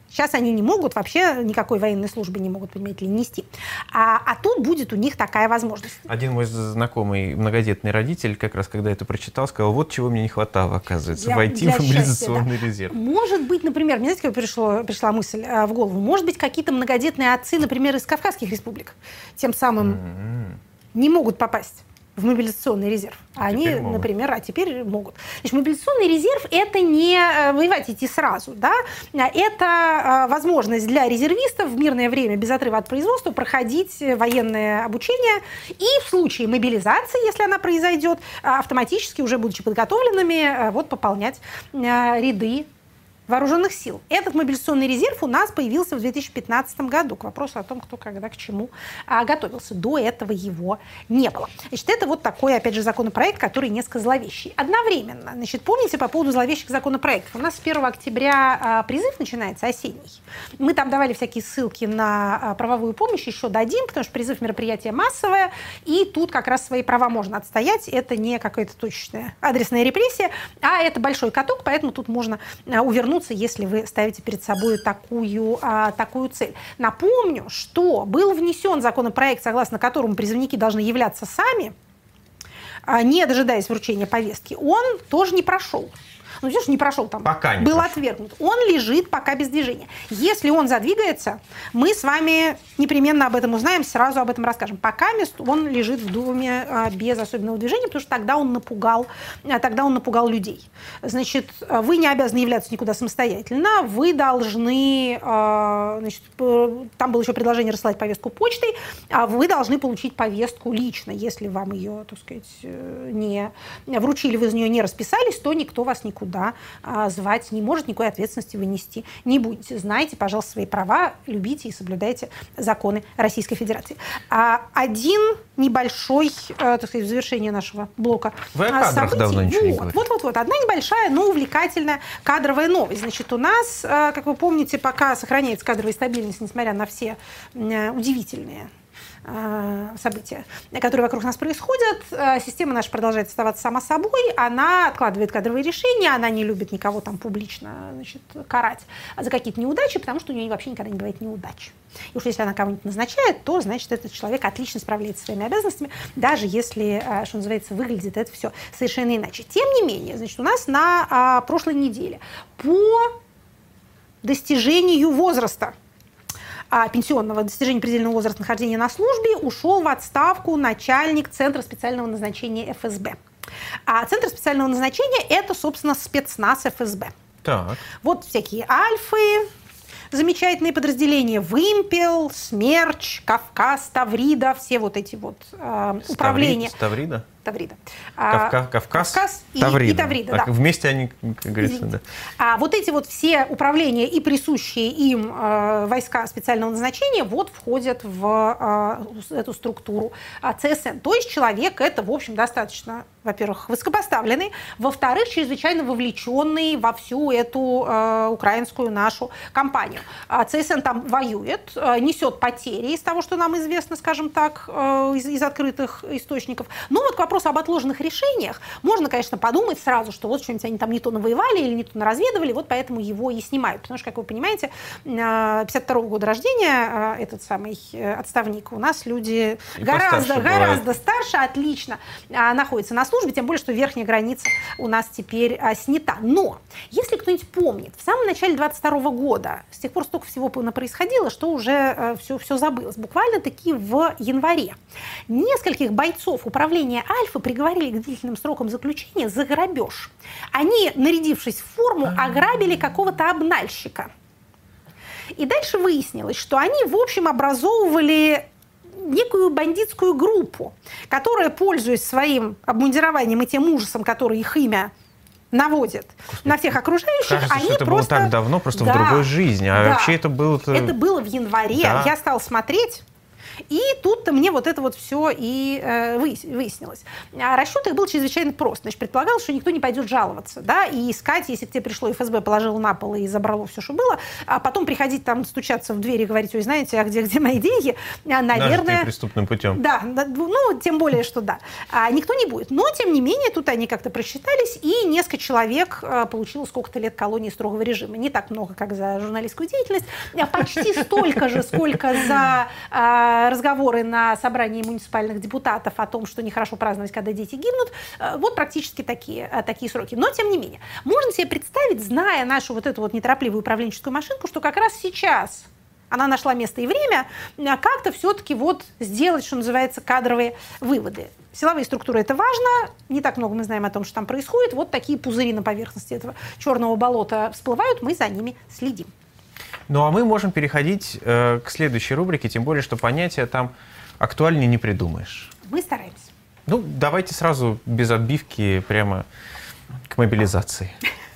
Сейчас они не могут вообще никакой военной службы не могут, понимаете ли, нести. А тут будет у них такая возможность.
Один мой знакомый многодетный родитель, как раз когда это прочитал, сказал, вот чего мне не хватало, оказывается, войти в мобилизационный резерв.
Может быть, например, мне знаете, как пришла мысль в голову, может быть, какие-то многодетные отцы, например, из Кавказских республик, тем самым не могут попасть в мобилизационный резерв. Они, например, теперь могут. Значит, мобилизационный резерв – это не воевать идти сразу. Да? Это возможность для резервистов в мирное время без отрыва от производства проходить военное обучение и в случае мобилизации, если она произойдет, автоматически, уже будучи подготовленными, пополнять ряды вооруженных сил. Этот мобилизационный резерв у нас появился в 2015 году. К вопросу о том, кто когда к чему готовился. До этого его не было. Значит, это вот такой, опять же, законопроект, который несколько зловещий. Одновременно, значит, помните по поводу зловещих законопроектов? У нас с 1 октября призыв начинается осенний. Мы там давали всякие ссылки на правовую помощь, еще дадим, потому что призыв мероприятие массовое, и тут как раз свои права можно отстоять. Это не какая-то точечная адресная репрессия, а это большой каток, поэтому тут можно увернуться, если вы ставите перед собой такую цель. Напомню, что был внесен законопроект, согласно которому призывники должны являться сами, не дожидаясь вручения повестки. Он тоже не прошел. Ну, видишь, не прошел там.
Пока не
был
прошел.
Отвергнут. Он лежит пока без движения. Если он задвигается, мы с вами непременно об этом узнаем, сразу об этом расскажем. Пока он лежит в Думе без особенного движения, потому что тогда он напугал людей. Значит, вы не обязаны являться никуда самостоятельно, вы должны, значит, там было еще предложение рассылать повестку почтой, а вы должны получить повестку лично. Если вам ее, так сказать, не вручили, вы за нее не расписались, то никто вас никуда звать не может, никакой ответственности вы нести не будете. Знайте, пожалуйста, свои права, любите и соблюдайте законы Российской Федерации. Один небольшой, так сказать, в завершении нашего блока
вы о кадрах
событий.
Давно ничего не говорили.
Вот. Одна небольшая, но увлекательная кадровая новость. Значит, у нас, как вы помните, пока сохраняется кадровая стабильность, несмотря на все удивительные события, которые вокруг нас происходят. Система наша продолжает оставаться сама собой, она откладывает кадровые решения, она не любит никого там публично, значит, карать за какие-то неудачи, потому что у нее вообще никогда не бывает неудач. И уж если она кого-нибудь назначает, то, значит, этот человек отлично справляется со своими обязанностями, даже если, что называется, выглядит это все совершенно иначе. Тем не менее, значит, у нас на прошлой неделе по достижению возраста пенсионного достижения предельного возраста нахождения на службе ушел в отставку начальник Центра специального назначения ФСБ. А Центр специального назначения – это, собственно, спецназ ФСБ.
Так.
Вот всякие альфы, замечательные подразделения, Вымпел, Смерч, Кавказ, Таврида, все вот эти вот управления.
Таврида?
Таврида.
Кавказ
и
Таврида.
Таврида, да.
Вместе они, как говорится, да.
Вот эти вот все управления и присущие им войска специального назначения вот входят в эту структуру ЦСН. То есть человек это, в общем, достаточно, во-первых, высокопоставленный, во-вторых, чрезвычайно вовлеченный во всю эту украинскую нашу кампанию. ЦСН там воюет, несет потери из того, что нам известно, скажем так, из открытых источников. Но вот к вопросу об отложенных решениях можно, конечно, подумать сразу, что вот что-нибудь они там не то навоевали или не то наразведывали, вот поэтому его и снимают. Потому что, как вы понимаете, 52-го года рождения этот самый отставник, у нас люди гораздо старше, отлично находятся на службе, тем более, что верхняя граница у нас теперь снята. Но, если кто-нибудь помнит, в самом начале 22-го года, с тех пор столько всего происходило, что уже все забылось. Буквально-таки в январе нескольких бойцов управления Альфы приговорили к длительным срокам заключения за грабеж. Они, нарядившись в форму, ограбили какого-то обнальщика. И дальше выяснилось, что они, в общем, образовывали некую бандитскую группу, которая, пользуясь своим обмундированием и тем ужасом, который их имя наводит на всех окружающих,
кажется,
они
что это
просто...
было так давно, просто в другой жизни. А вообще это было...
Это было в январе.
Да.
Я стала смотреть. И тут-то мне вот это вот все и выяснилось. А расчет их был чрезвычайно прост. Значит, предполагалось, что никто не пойдет жаловаться, да, и искать, если к тебе пришло ФСБ, положило на пол и забрало все, что было, а потом приходить там, стучаться в дверь и говорить: ой, знаете, а где мои деньги? Наверное...
преступным путем.
Да, ну, тем более, что да. Никто не будет. Но, тем не менее, тут они как-то просчитались, и несколько человек получило сколько-то лет колонии строгого режима. Не так много, как за журналистскую деятельность, почти столько же, сколько за разговоры на собрании муниципальных депутатов о том, что нехорошо праздновать, когда дети гибнут. Вот практически такие сроки. Но, тем не менее, можно себе представить, зная нашу вот эту вот неторопливую управленческую машинку, что как раз сейчас она нашла место и время как-то все-таки вот сделать, что называется, кадровые выводы. Силовые структуры — это важно. Не так много мы знаем о том, что там происходит. Вот такие пузыри на поверхности этого черного болота всплывают, мы за ними следим.
Ну, а мы можем переходить к следующей рубрике, тем более, что понятия там актуальнее не придумаешь.
Мы стараемся.
Ну, давайте сразу без отбивки прямо к мобилизации.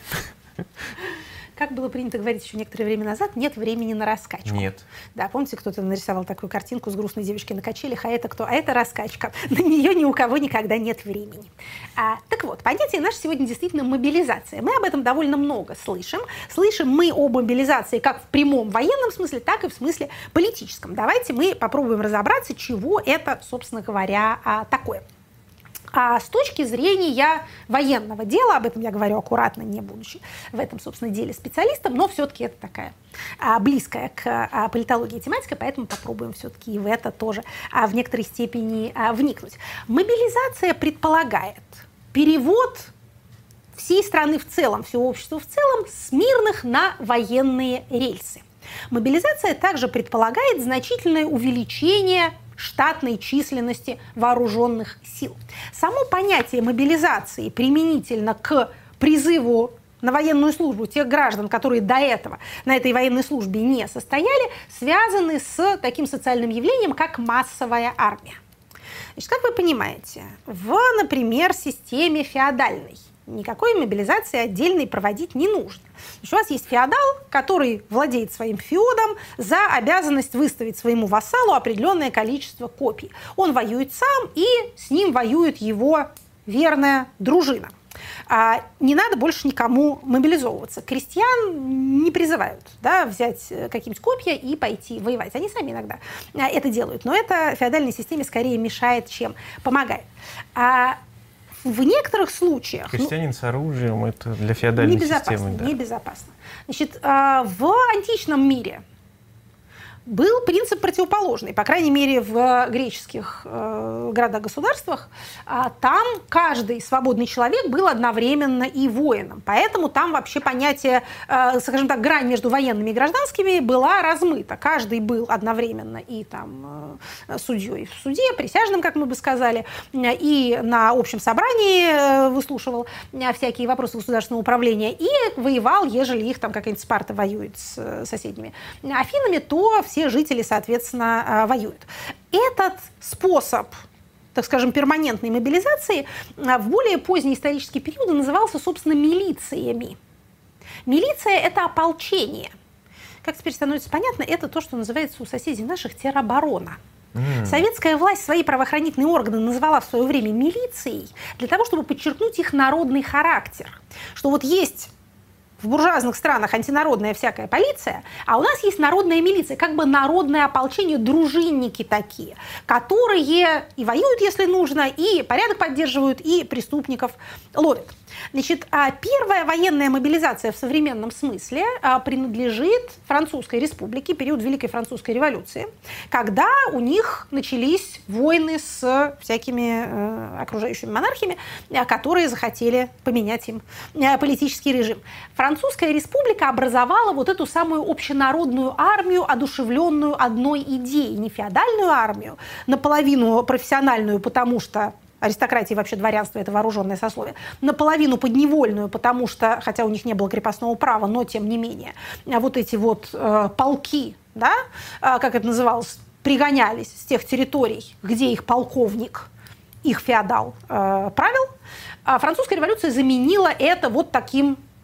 Как было принято говорить еще некоторое время назад, нет времени на раскачку.
Нет.
Да, помните, кто-то нарисовал такую картинку с грустной девочкой на качелях, а это кто? А это раскачка. На нее ни у кого никогда нет времени. Так вот, понятие наше сегодня действительно мобилизация. Мы об этом довольно много слышим. Слышим мы об мобилизации как в прямом военном смысле, так и в смысле политическом. Давайте мы попробуем разобраться, чего это, собственно говоря, такое. А с точки зрения военного дела, об этом я говорю аккуратно, не будучи в этом, собственно, деле специалистом, но все-таки это такая близкая к политологии тематика, поэтому попробуем все-таки и в это тоже в некоторой степени вникнуть. Мобилизация предполагает перевод всей страны в целом, всего общества в целом с мирных на военные рельсы. Мобилизация также предполагает значительное увеличение штатной численности вооруженных сил. Само понятие мобилизации применительно к призыву на военную службу тех граждан, которые до этого на этой военной службе не состояли, связаны с таким социальным явлением, как массовая армия. Значит, как вы понимаете, в, например, системе феодальной никакой мобилизации отдельной проводить не нужно. Значит, у вас есть феодал, который владеет своим феодом за обязанность выставить своему вассалу определенное количество копий. Он воюет сам, и с ним воюет его верная дружина. Не надо больше никому мобилизовываться. Крестьян не призывают, да, взять какие-нибудь копья и пойти воевать. Они сами иногда это делают. Но это феодальной системе скорее мешает, чем помогает. В некоторых случаях...
Крестьянин с оружием — это для феодальной системы. Да.
Небезопасно. Значит, в античном мире был принцип противоположный. По крайней мере, в греческих городах-государствах там каждый свободный человек был одновременно и воином. Поэтому там вообще понятие, скажем так, грань между военными и гражданскими была размыта. Каждый был одновременно и там судьей в суде, присяжным, как мы бы сказали, и на общем собрании выслушивал всякие вопросы государственного управления, и воевал, ежели их там какая-нибудь Спарта воюет с соседними Афинами, то все жители, соответственно, воюют. Этот способ, так скажем, перманентной мобилизации в более поздние исторические периоды назывался, собственно, милициями. Милиция – это ополчение. Как теперь становится понятно, это то, что называется у соседей наших тероборона. Советская власть свои правоохранительные органы назвала в свое время милицией для того, чтобы подчеркнуть их народный характер. Что вот есть в буржуазных странах антинародная всякая полиция, а у нас есть народная милиция, как бы народное ополчение, дружинники такие, которые и воюют, если нужно, и порядок поддерживают, и преступников ловят. Значит, первая военная мобилизация в современном смысле принадлежит Французской республике, период Великой Французской революции, когда у них начались войны с всякими окружающими монархиями, которые захотели поменять им политический режим. Французская республика образовала вот эту самую общенародную армию, одушевленную одной идеей, не феодальную армию, наполовину профессиональную, потому что аристократия и вообще дворянство – это вооруженное сословие, наполовину подневольную, потому что, хотя у них не было крепостного права, но тем не менее, вот эти вот полки, да, как это называлось, пригонялись с тех территорий, где их полковник, их феодал правил. Французская революция заменила это вот таким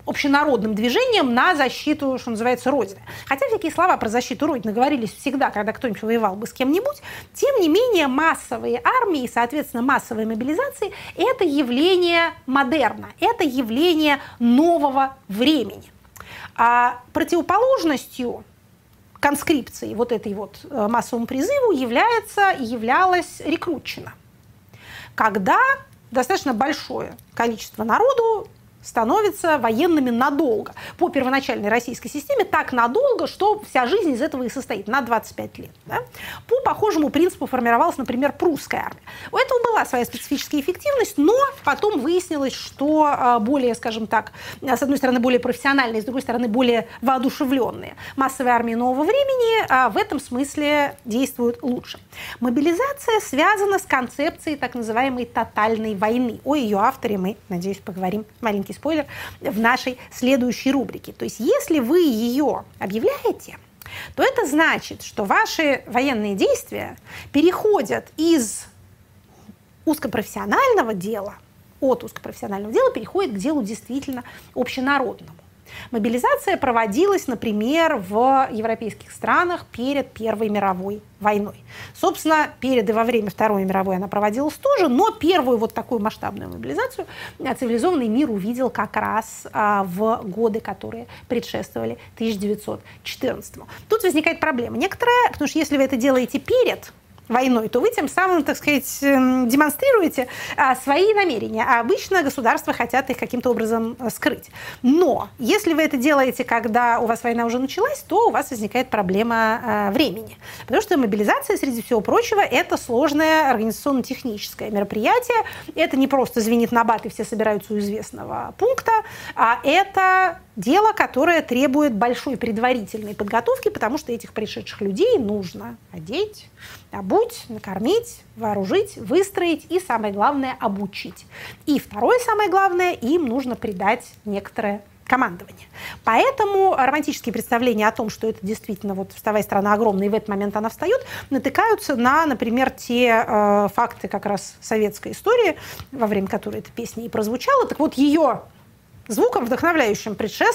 общенародным движением на защиту, что называется, Родины. Хотя всякие слова про защиту Родины говорились всегда, когда кто-нибудь воевал бы с кем-нибудь, тем не менее массовые армии и, соответственно, массовые мобилизации – это явление модерна, это явление нового времени. А противоположностью конскрипции, вот этой вот массовому призыву, являлась рекрутчина, когда достаточно большое количество народу становятся военными надолго. По первоначальной российской системе так надолго, что вся жизнь из этого и состоит, на 25 лет. Да? По похожему принципу формировалась, например, прусская армия. У этого была своя специфическая эффективность, но потом выяснилось, что более, скажем так, с одной стороны, более профессиональные, с другой стороны, более воодушевленные массовые армии нового времени в этом смысле действуют лучше. Мобилизация связана с концепцией так называемой тотальной войны. О ее авторе мы, надеюсь, поговорим, маленький спойлер, в нашей следующей рубрике. То есть если вы ее объявляете, то это значит, что ваши военные действия переходят из узкопрофессионального дела, от узкопрофессионального дела переходят к делу действительно общенародному. Мобилизация проводилась, например, в европейских странах перед Первой мировой войной. Собственно, перед и во время Второй мировой она проводилась тоже, но первую вот такую масштабную мобилизацию цивилизованный мир увидел как раз в годы, которые предшествовали 1914. Тут возникает проблема некоторая, потому что если вы это делаете перед войной, то вы тем самым, так сказать, демонстрируете свои намерения. А обычно государства хотят их каким-то образом скрыть. Но если вы это делаете, когда у вас война уже началась, то у вас возникает проблема времени. Потому что мобилизация, среди всего прочего, это сложное организационно-техническое мероприятие. Это не просто звенит набат и все собираются у известного пункта, а это дело, которое требует большой предварительной подготовки, потому что этих пришедших людей нужно одеть, обуть, накормить, вооружить, выстроить и, самое главное, обучить. И второе, самое главное, им нужно придать некоторое командование. Поэтому романтические представления о том, что это действительно вот вставая страна огромная, и в этот момент она встает, натыкаются на, например, те факты как раз советской истории, во время которой эта песня и прозвучала. Так вот, ее звуком вдохновляющим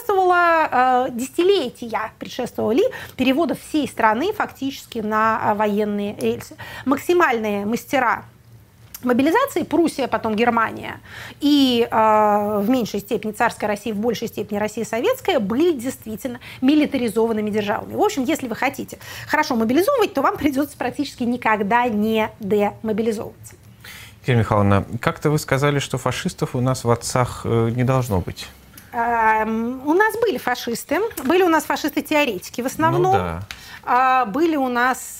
предшествовали переводы всей страны фактически на военные рельсы. Максимальные мастера мобилизации, Пруссия, потом Германия, и в меньшей степени царская Россия, в большей степени Россия советская, были действительно милитаризованными державами. В общем, если вы хотите хорошо мобилизовывать, то вам придется практически никогда не демобилизовываться.
Екатерина Михайловна, как-то вы сказали, что фашистов у нас в отцах не должно быть.
У нас были фашисты. Были у нас фашисты-теоретики в основном.
Ну, да.
Были у нас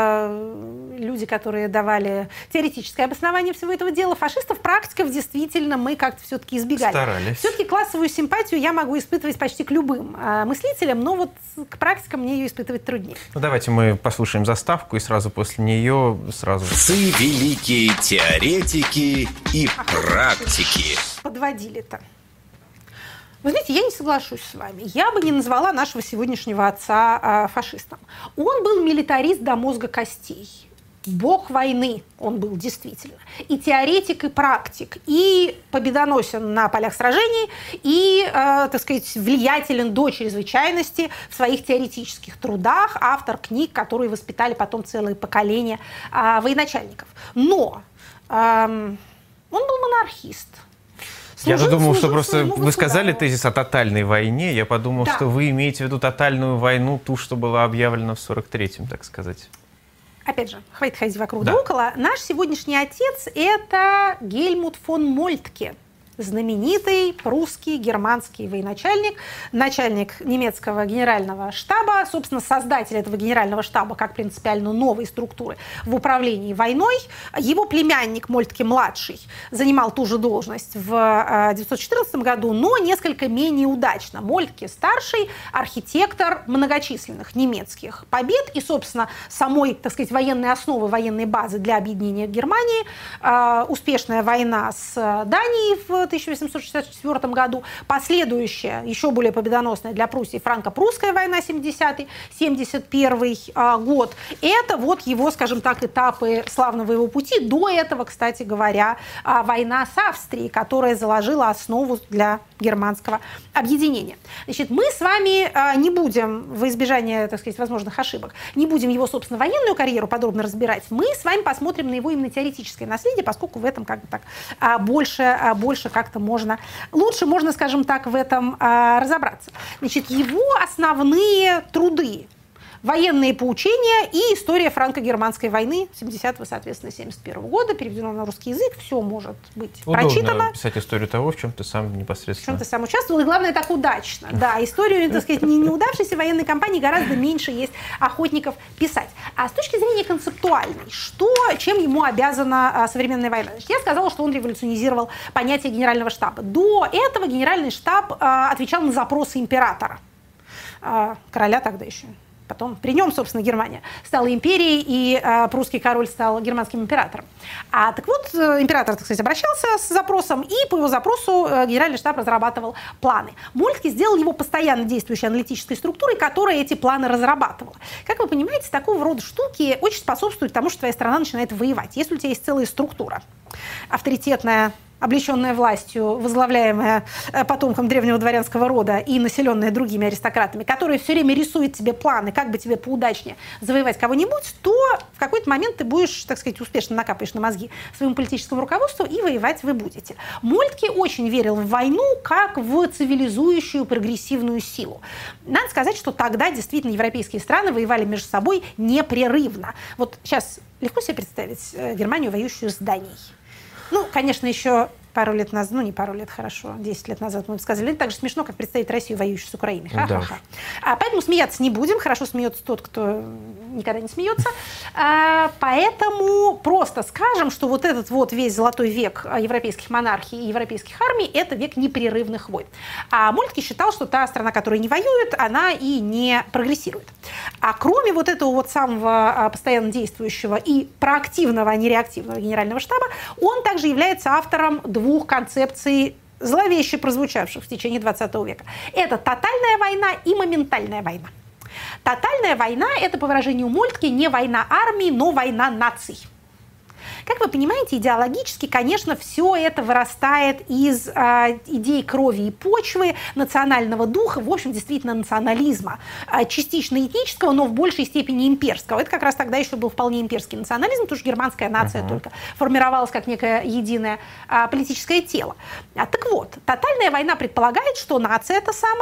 люди, которые давали теоретическое обоснование всего этого дела. Фашистов, практиков действительно мы как-то все-таки избегали.
Старались.
Все-таки классовую симпатию я могу испытывать почти к любым мыслителям, но вот к практикам мне ее испытывать труднее.
Ну, давайте мы послушаем заставку и сразу после нее сразу...
Отцы великие теоретики и практики.
Подводили-то. Вы знаете, я не соглашусь с вами. Я бы не назвала нашего сегодняшнего отца фашистом. Он был милитарист до мозга костей. Бог войны он был действительно. И теоретик, и практик, и победоносен на полях сражений, и, так сказать, влиятелен до чрезвычайности в своих теоретических трудах, автор книг, которые воспитали потом целые поколения военачальников. Но он был монархист.
Я думал, что просто вы сказали тезис о тотальной войне. Я подумал, да, что вы имеете в виду тотальную войну, ту, что была объявлена в 43-м, так сказать.
Опять же, хватит ходить вокруг да около. Наш сегодняшний отец – это Гельмут фон Мольтке, знаменитый прусский, германский военачальник, начальник немецкого генерального штаба, собственно, создатель этого генерального штаба как принципиально новой структуры в управлении войной. Его племянник Мольтке-младший занимал ту же должность в 1914 году, но несколько менее удачно. Мольтке-старший – архитектор многочисленных немецких побед и, собственно, самой, так сказать, военной основы, военной базы для объединения Германии. Успешная война с Данией в 1864 году, последующая, еще более победоносная для Пруссии франко-прусская война 70-71 год. Это вот его, скажем так, этапы славного его пути. До этого, кстати говоря, война с Австрией, которая заложила основу для германского объединения. Значит, мы с вами не будем, во избежание, так сказать, возможных ошибок, не будем его, собственно, военную карьеру подробно разбирать. Мы с вами посмотрим на его именно теоретическое наследие, поскольку в этом как бы так больше как-то можно, лучше можно, скажем так, в этом разобраться. Значит, его основные труды: военные поучения и история франко-германской войны 70-го, соответственно, 71 года, переведено на русский язык, все может быть прочитано.
Удобно писать историю того, в чем ты сам непосредственно.
В чем ты сам участвовал, и главное, так удачно. Да, историю, так сказать, неудавшейся военной кампании гораздо меньше есть охотников писать. А с точки зрения концептуальной, чем ему обязана современная война? Значит, я сказала, что он революционизировал понятие генерального штаба. До этого генеральный штаб отвечал на запросы императора, короля тогда еще. Потом при нем, собственно, Германия стала империей, и прусский король стал германским императором. Так вот, император, так сказать, обращался с запросом, и по его запросу генеральный штаб разрабатывал планы. Мольтке сделал его постоянно действующей аналитической структурой, которая эти планы разрабатывала. Как вы понимаете, такого рода штуки очень способствуют тому, что твоя страна начинает воевать. Если у тебя есть целая структура, авторитетная, облеченная властью, возглавляемая потомком древнего дворянского рода и населенная другими аристократами, которая все время рисует тебе планы, как бы тебе поудачнее завоевать кого-нибудь, то в какой-то момент ты будешь, так сказать, успешно накапаешь на мозги своему политическому руководству, и воевать вы будете. Мольтке очень верил в войну как в цивилизующую прогрессивную силу. Надо сказать, что тогда действительно европейские страны воевали между собой непрерывно. Вот сейчас легко себе представить Германию, воюющую с Данией. Ну, конечно, еще пару лет назад, не пару лет, хорошо, 10 лет назад мы бы сказали, это так же смешно, как представить Россию, воюющую с Украиной. Ха-ха-ха. Поэтому смеяться не будем. Хорошо смеется тот, кто никогда не смеется. Поэтому просто скажем, что вот этот вот весь золотой век европейских монархий и европейских армий – это век непрерывных войн. А Мольтке считал, что та страна, которая не воюет, она и не прогрессирует. А кроме вот этого вот самого постоянно действующего и проактивного, а не реактивного генерального штаба, он также является автором двух концепций, зловеще прозвучавших в течение 20 века. Это тотальная война и моментальная война. Тотальная война – это, по выражению Мольтке, не война армии, но война наций. Как вы понимаете, идеологически, конечно, все это вырастает из идей крови и почвы, национального духа, в общем, действительно национализма, частично этнического, но в большей степени имперского. Это как раз тогда еще был вполне имперский национализм, потому что германская нация только формировалась как некое единое политическое тело. Так вот, тотальная война предполагает, что нация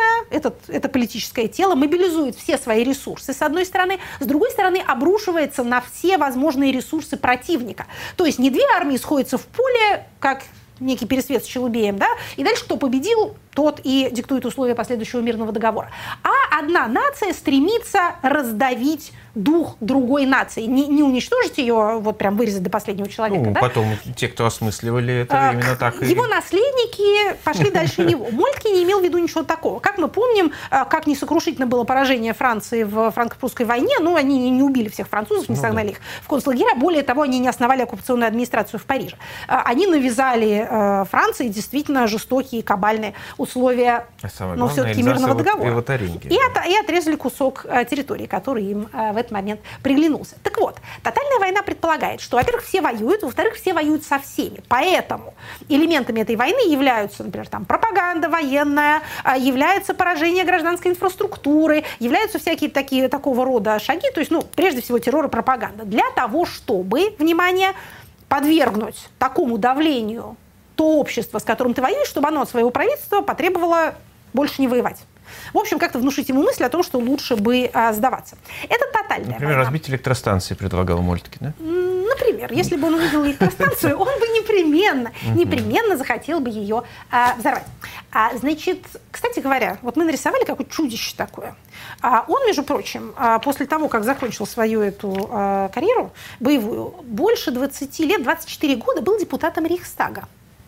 это политическое тело мобилизует все свои ресурсы, с одной стороны, с другой стороны, обрушивается на все возможные ресурсы противника. То есть не две армии сходятся в поле, как некий Пересвет с Челубеем, да, и дальше кто победил, тот и диктует условия последующего мирного договора. А одна нация стремится раздавить дух другой нации, не уничтожить ее, вот прям вырезать до последнего человека. Да?
Потом те, кто осмысливали это, именно так и...
Его наследники пошли дальше него. Мольтке не имел в виду ничего такого. Как мы помним, как несокрушительно было поражение Франции в франко-прусской войне, они не убили всех французов, не согнали их в концлагеря, более того, они не основали оккупационную администрацию в Париже. Они навязали Франции действительно жестокие кабальные условия, но все-таки мирного договора. И отрезали кусок территории, который им в этот момент приглянулся. Так вот, тотальная война предполагает, что, во-первых, все воюют, во-вторых, все воюют со всеми. Поэтому элементами этой войны являются, например, пропаганда военная, является поражение гражданской инфраструктуры, являются всякие такого рода шаги, то есть, прежде всего, террор и пропаганда. Для того, чтобы, внимание, подвергнуть такому давлению то общество, с которым ты воюешь, чтобы оно от своего правительства потребовало больше не воевать. В общем, как-то внушить ему мысль о том, что лучше бы сдаваться. Это тотальная
Например,
война.
Разбить электростанции предлагал Мольтке, да?
Например, если бы он увидел электростанцию, он бы непременно захотел бы ее взорвать. Значит, кстати говоря, вот мы нарисовали какое-то чудище такое. Он, между прочим, после того, как закончил свою эту карьеру боевую, больше 20 лет, 24 года был депутатом Рейхстага.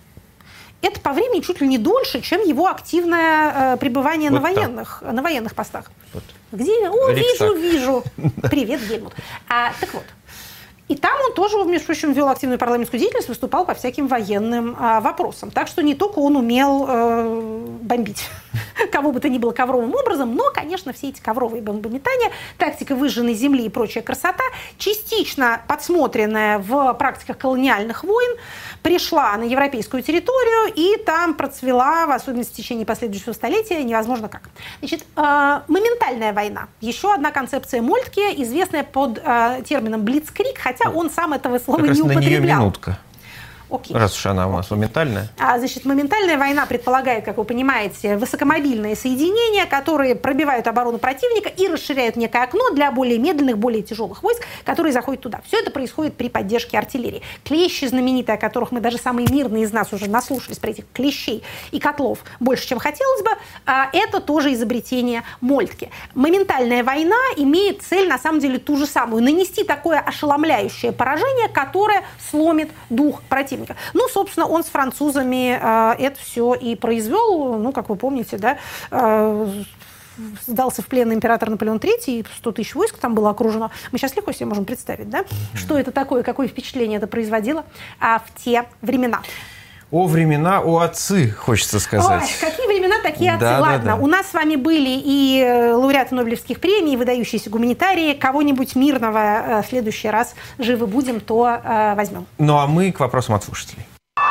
Это по времени чуть ли не дольше, чем его активное пребывание на военных постах.
Вот.
Где? Вижу. Привет, Гельмут. Так вот, И там он тоже, между прочим, вел активную парламентскую деятельность, выступал по всяким военным вопросам. Так что не только он умел бомбить кого бы то ни было ковровым образом, но, конечно, все эти ковровые бомбометания, тактика выжженной земли и прочая красота, частично подсмотренная в практиках колониальных войн, пришла на европейскую территорию и там процвела, в особенности в течение последующего столетия, невозможно как. Значит, моментальная война. Еще одна концепция Мольтке, известная под термином «блицкриг», хотя он сам этого слова не употреблял.
На нее минутка.
Окей.
Раз уж она у нас моментальная.
Значит, моментальная война предполагает, как вы понимаете, высокомобильные соединения, которые пробивают оборону противника и расширяют некое окно для более медленных, более тяжелых войск, которые заходят туда. Все это происходит при поддержке артиллерии. Клещи знаменитые, о которых мы даже самые мирные из нас уже наслушались, про этих клещей и котлов больше, чем хотелось бы, это тоже изобретение Мольтке. Моментальная война имеет цель, на самом деле, ту же самую. Нанести такое ошеломляющее поражение, которое сломит дух противника. Ну, собственно, он с французами это все и произвел. Ну, как вы помните, да, сдался в плен император Наполеон III, 100 тысяч войск там было окружено. Мы сейчас легко себе можем представить, да, что это такое, какое впечатление это производило в те времена.
О времена, о отцы, хочется сказать.
Ой, какие времена, такие отцы. Ладно, у нас с вами были и лауреаты Нобелевских премий, и выдающиеся гуманитарии. Кого-нибудь мирного в следующий раз живы будем, то возьмем.
Ну а мы к вопросам от слушателей.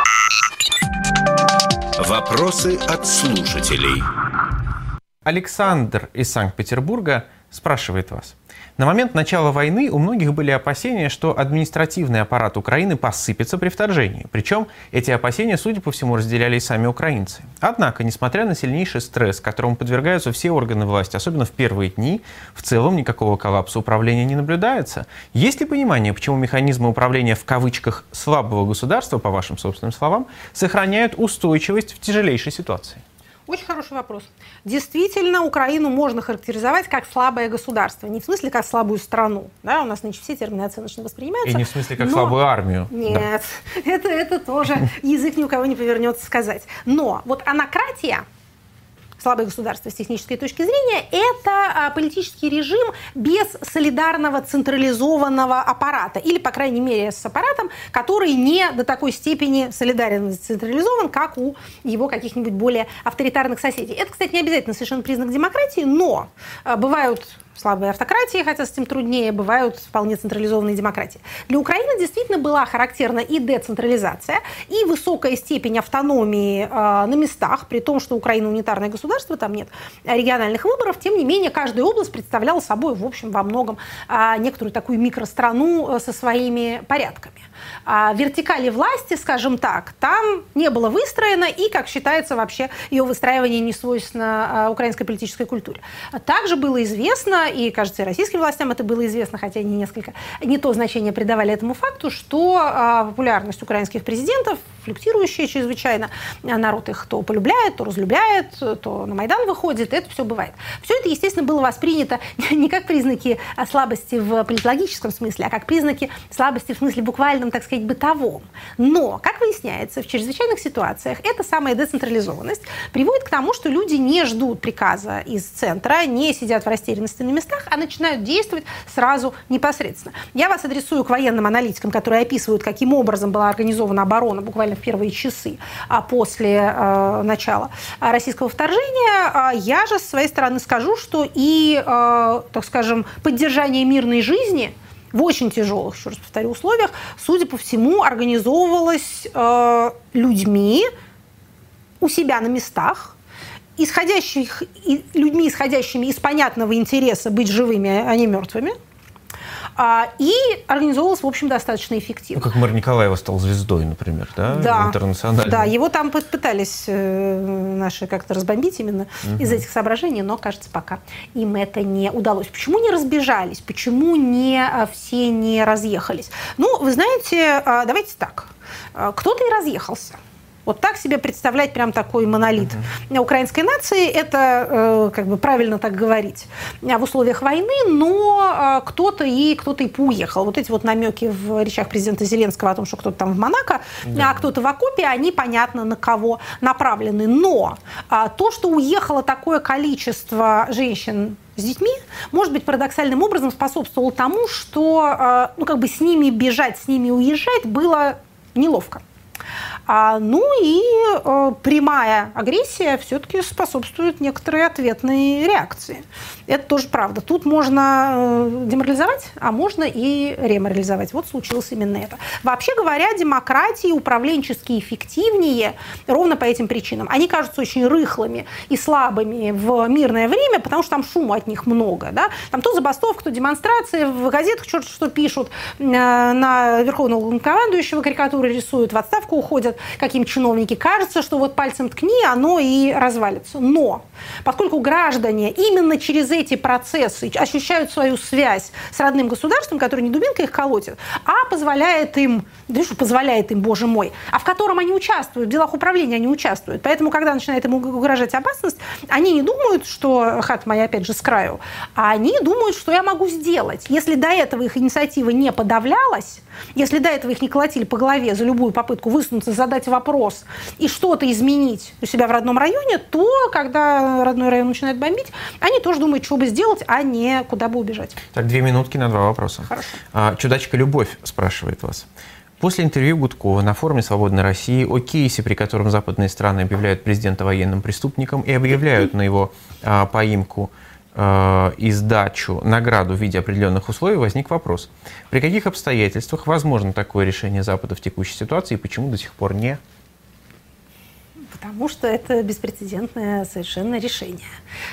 Вопросы от слушателей.
Александр из Санкт-Петербурга спрашивает вас. На момент начала войны у многих были опасения, что административный аппарат Украины посыпется при вторжении. Причем эти опасения, судя по всему, разделяли и сами украинцы. Однако, несмотря на сильнейший стресс, которому подвергаются все органы власти, особенно в первые дни, в целом никакого коллапса управления не наблюдается. Есть ли понимание, почему механизмы управления в кавычках «слабого государства», по вашим собственным словам, сохраняют устойчивость в тяжелейшей ситуации?
Очень хороший вопрос. Действительно, Украину можно характеризовать как слабое государство. Не в смысле как слабую страну. Да, у нас нынче все термины оценочно воспринимаются.
И не в смысле как слабую армию.
Нет, да. это тоже язык ни у кого не повернется сказать. Но вот анакратия, слабое государство с технической точки зрения, это политический режим без солидарного централизованного аппарата. Или, по крайней мере, с аппаратом, который не до такой степени солидарен и централизован, как у его каких-нибудь более авторитарных соседей. Это, кстати, не обязательно совершенно признак демократии, но бывают слабые автократии, хотя с этим труднее, бывают вполне централизованные демократии. Для Украины действительно была характерна и децентрализация, и высокая степень автономии на местах, при том, что Украина унитарное государство, там нет региональных выборов, тем не менее, каждая область представляла собой, в общем, во многом некоторую такую микространу со своими порядками. Вертикали власти, скажем так, там не было выстроено, и, как считается, вообще ее выстраивание не свойственно украинской политической культуре. Также было известно, и, кажется, и российским властям это было известно, хотя они несколько не то значение придавали этому факту, что популярность украинских президентов, флюктуирующая чрезвычайно, народ их то полюбляет, то разлюбляет, то на Майдан выходит, это все бывает. Все это, естественно, было воспринято не как признаки слабости в политологическом смысле, а как признаки слабости в смысле буквальном, так сказать, бытовом. Но, как выясняется, в чрезвычайных ситуациях эта самая децентрализованность приводит к тому, что люди не ждут приказа из центра, не сидят в растерянности на местах, а начинают действовать сразу непосредственно. Я вас адресую к военным аналитикам, которые описывают, каким образом была организована оборона буквально в первые часы после начала российского вторжения. Я же, с своей стороны, скажу, что и, так скажем, поддержание мирной жизни в очень тяжелых, еще раз повторю, условиях, судя по всему, организовывалось людьми у себя на местах, людьми, исходящими из понятного интереса быть живыми, а не мертвыми, и организовывалось, в общем, достаточно эффективно.
Ну, как мэр Николаева стал звездой, например, да? Интернационально.
Да, его там пытались наши как-то разбомбить именно из этих соображений, но, кажется, пока им это не удалось. Почему не разбежались? Почему все не разъехались? Ну, вы знаете, давайте так. Кто-то и разъехался. Вот так себе представлять прям такой монолит украинской нации, это как бы правильно так говорить в условиях войны, но кто-то и поуехал. Вот эти вот намеки в речах президента Зеленского о том, что кто-то там в Монако, а кто-то в окопе, они понятно на кого направлены. Но то, что уехало такое количество женщин с детьми, может быть, парадоксальным образом способствовало тому, что с ними бежать, с ними уезжать было неловко. Прямая агрессия все-таки способствует некоторой ответной реакции. Это тоже правда. Тут можно деморализовать, а можно и реморализовать. Вот случилось именно это. Вообще говоря, демократии управленчески эффективнее ровно по этим причинам. Они кажутся очень рыхлыми и слабыми в мирное время, потому что там шума от них много. Да? Там то забастовка, то демонстрации, в газетах черт что пишут, на верховного главнокомандующего карикатуры рисуют, в отставку уходят, каким чиновники. Кажется, что вот пальцем ткни, оно и развалится. Но поскольку граждане именно через эти процессы ощущают свою связь с родным государством, которое не дубинка их колотит, а позволяет им, боже мой, а в котором они участвуют, в делах управления они участвуют. Поэтому, когда начинает им угрожать опасность, они не думают, что хата моя опять же с краю, а они думают, что я могу сделать. Если до этого их инициатива не подавлялась, если до этого их не колотили по голове за любую попытку высунуться, задать вопрос и что-то изменить у себя в родном районе, то, когда родной район начинает бомбить, они тоже думают, что бы сделать, а не куда бы убежать.
Так, 2 минутки на 2 вопроса.
Хорошо.
Чудачка Любовь спрашивает вас. После интервью Гудкова на форуме «Свободной России» о кейсе, при котором западные страны объявляют президента военным преступником и объявляют на его поимку и сдачу награду в виде определенных условий, возник вопрос. При каких обстоятельствах возможно такое решение Запада в текущей ситуации и почему до сих пор не?
Потому что это беспрецедентное совершенно решение.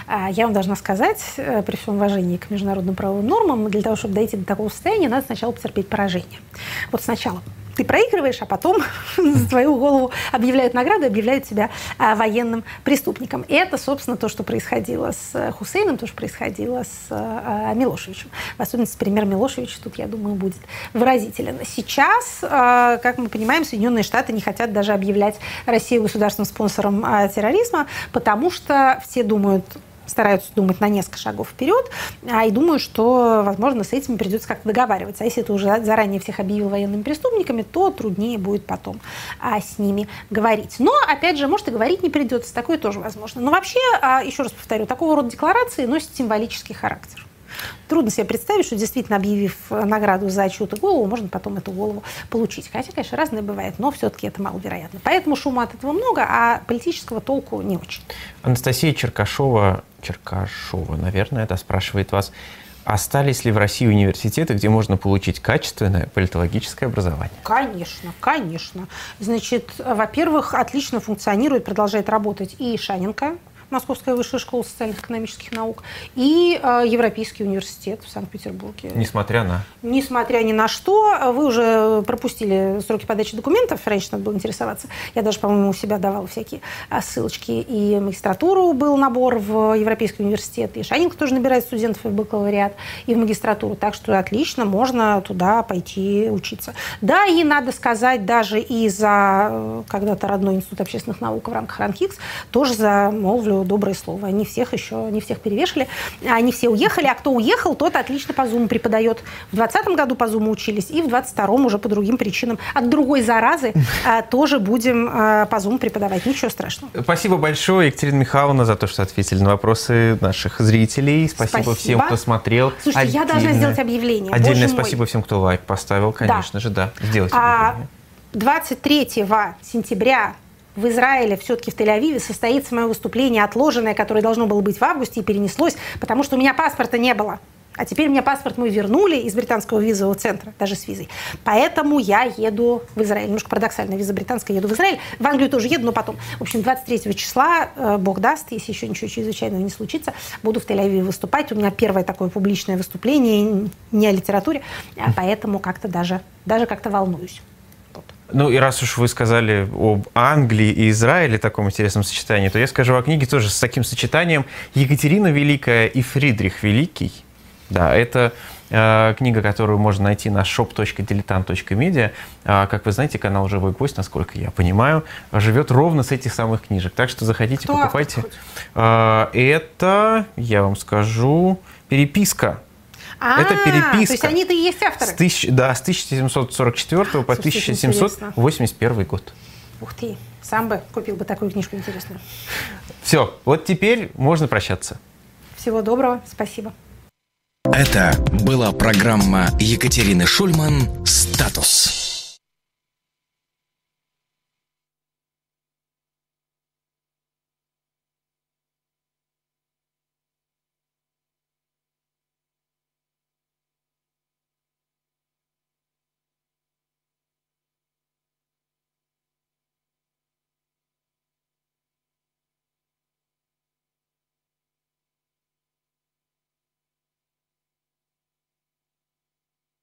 Я вам должна сказать, при всем уважении к международным правовым нормам, для того, чтобы дойти до такого состояния, надо сначала потерпеть поражение. Вот сначала ты проигрываешь, а потом за твою голову объявляют награду, объявляют тебя военным преступником. И это, собственно, то, что происходило с Хусейном, то, что происходило с Милошевичем. В особенности пример Милошевича тут, я думаю, будет выразителен. Сейчас, как мы понимаем, Соединенные Штаты не хотят даже объявлять Россию государственным спонсором терроризма, потому что все думают, стараются думать на несколько шагов вперед, и думаю, что, возможно, с этими придется как-то договариваться. А если ты уже заранее всех объявил военными преступниками, то труднее будет потом с ними говорить. Но, опять же, может, и говорить не придется, такое тоже возможно. Но вообще, еще раз повторю, такого рода декларации носят символический характер. Трудно себе представить, что действительно, объявив награду за чью-то голову, можно потом эту голову получить. Хотя, конечно, разное бывает, но все-таки это маловероятно. Поэтому шума от этого много, а политического толку не очень.
Анастасия Черкашова, наверное, это спрашивает вас, остались ли в России университеты, где можно получить качественное политологическое образование?
Конечно, конечно. Значит, во-первых, отлично функционирует, продолжает работать и Шаненко, Московская высшая школа социально-экономических наук, и Европейский университет в Санкт-Петербурге.
Несмотря
ни на что. Вы уже пропустили сроки подачи документов, раньше надо было интересоваться. Я даже, по-моему, у себя давала всякие ссылочки. И в магистратуру был набор в Европейский университет, и Шаненко тоже набирает студентов в бакалавриат, и в магистратуру. Так что отлично, можно туда пойти учиться. Да, и надо сказать, даже и за когда-то родной институт общественных наук в рамках РАНХИКС тоже замолвлю доброе слово. Не всех перевешали, они все уехали, а кто уехал, тот отлично по Zoom преподает. В 2020 году по Zoom учились, и в 2022 уже по другим причинам. От другой заразы тоже будем по Zoom преподавать. Ничего страшного.
Спасибо большое, Екатерина Михайловна, за то, что ответили на вопросы наших зрителей. Спасибо всем, кто смотрел.
Слушайте, я должна сделать объявление.
Отдельное спасибо всем, кто лайк поставил, конечно же, да. Сделайте объявление.
23 сентября в Израиле, все-таки в Тель-Авиве, состоится мое выступление, отложенное, которое должно было быть в августе и перенеслось, потому что у меня паспорта не было. А теперь мне паспорт мой вернули из британского визового центра, даже с визой. Поэтому я еду в Израиль. Немножко парадоксально, виза британская, еду в Израиль. В Англию тоже еду, но потом. В общем, 23 числа, Бог даст, если еще ничего чрезвычайного не случится, буду в Тель-Авиве выступать. У меня первое такое публичное выступление, не о литературе, поэтому как-то даже как-то волнуюсь.
Ну и раз уж вы сказали об Англии и Израиле, таком интересном сочетании, то я скажу о книге тоже с таким сочетанием. Екатерина Великая и Фридрих Великий. Да, это Книга, которую можно найти на shop.diletant.media. Как вы знаете, канал «Живой гвоздь», насколько я понимаю, живет ровно с этих самых книжек. Так что заходите,
Кто
покупайте.
автор?
Это, я вам скажу, переписка. Это переписка.
То есть они-то и есть авторы?
С 1744 по
Слушайте,
1781 год.
Ух ты, сам бы купил бы такую книжку интересную.
Все, вот теперь можно прощаться.
Всего доброго, спасибо.
Это была программа Екатерины Шульман «Статус».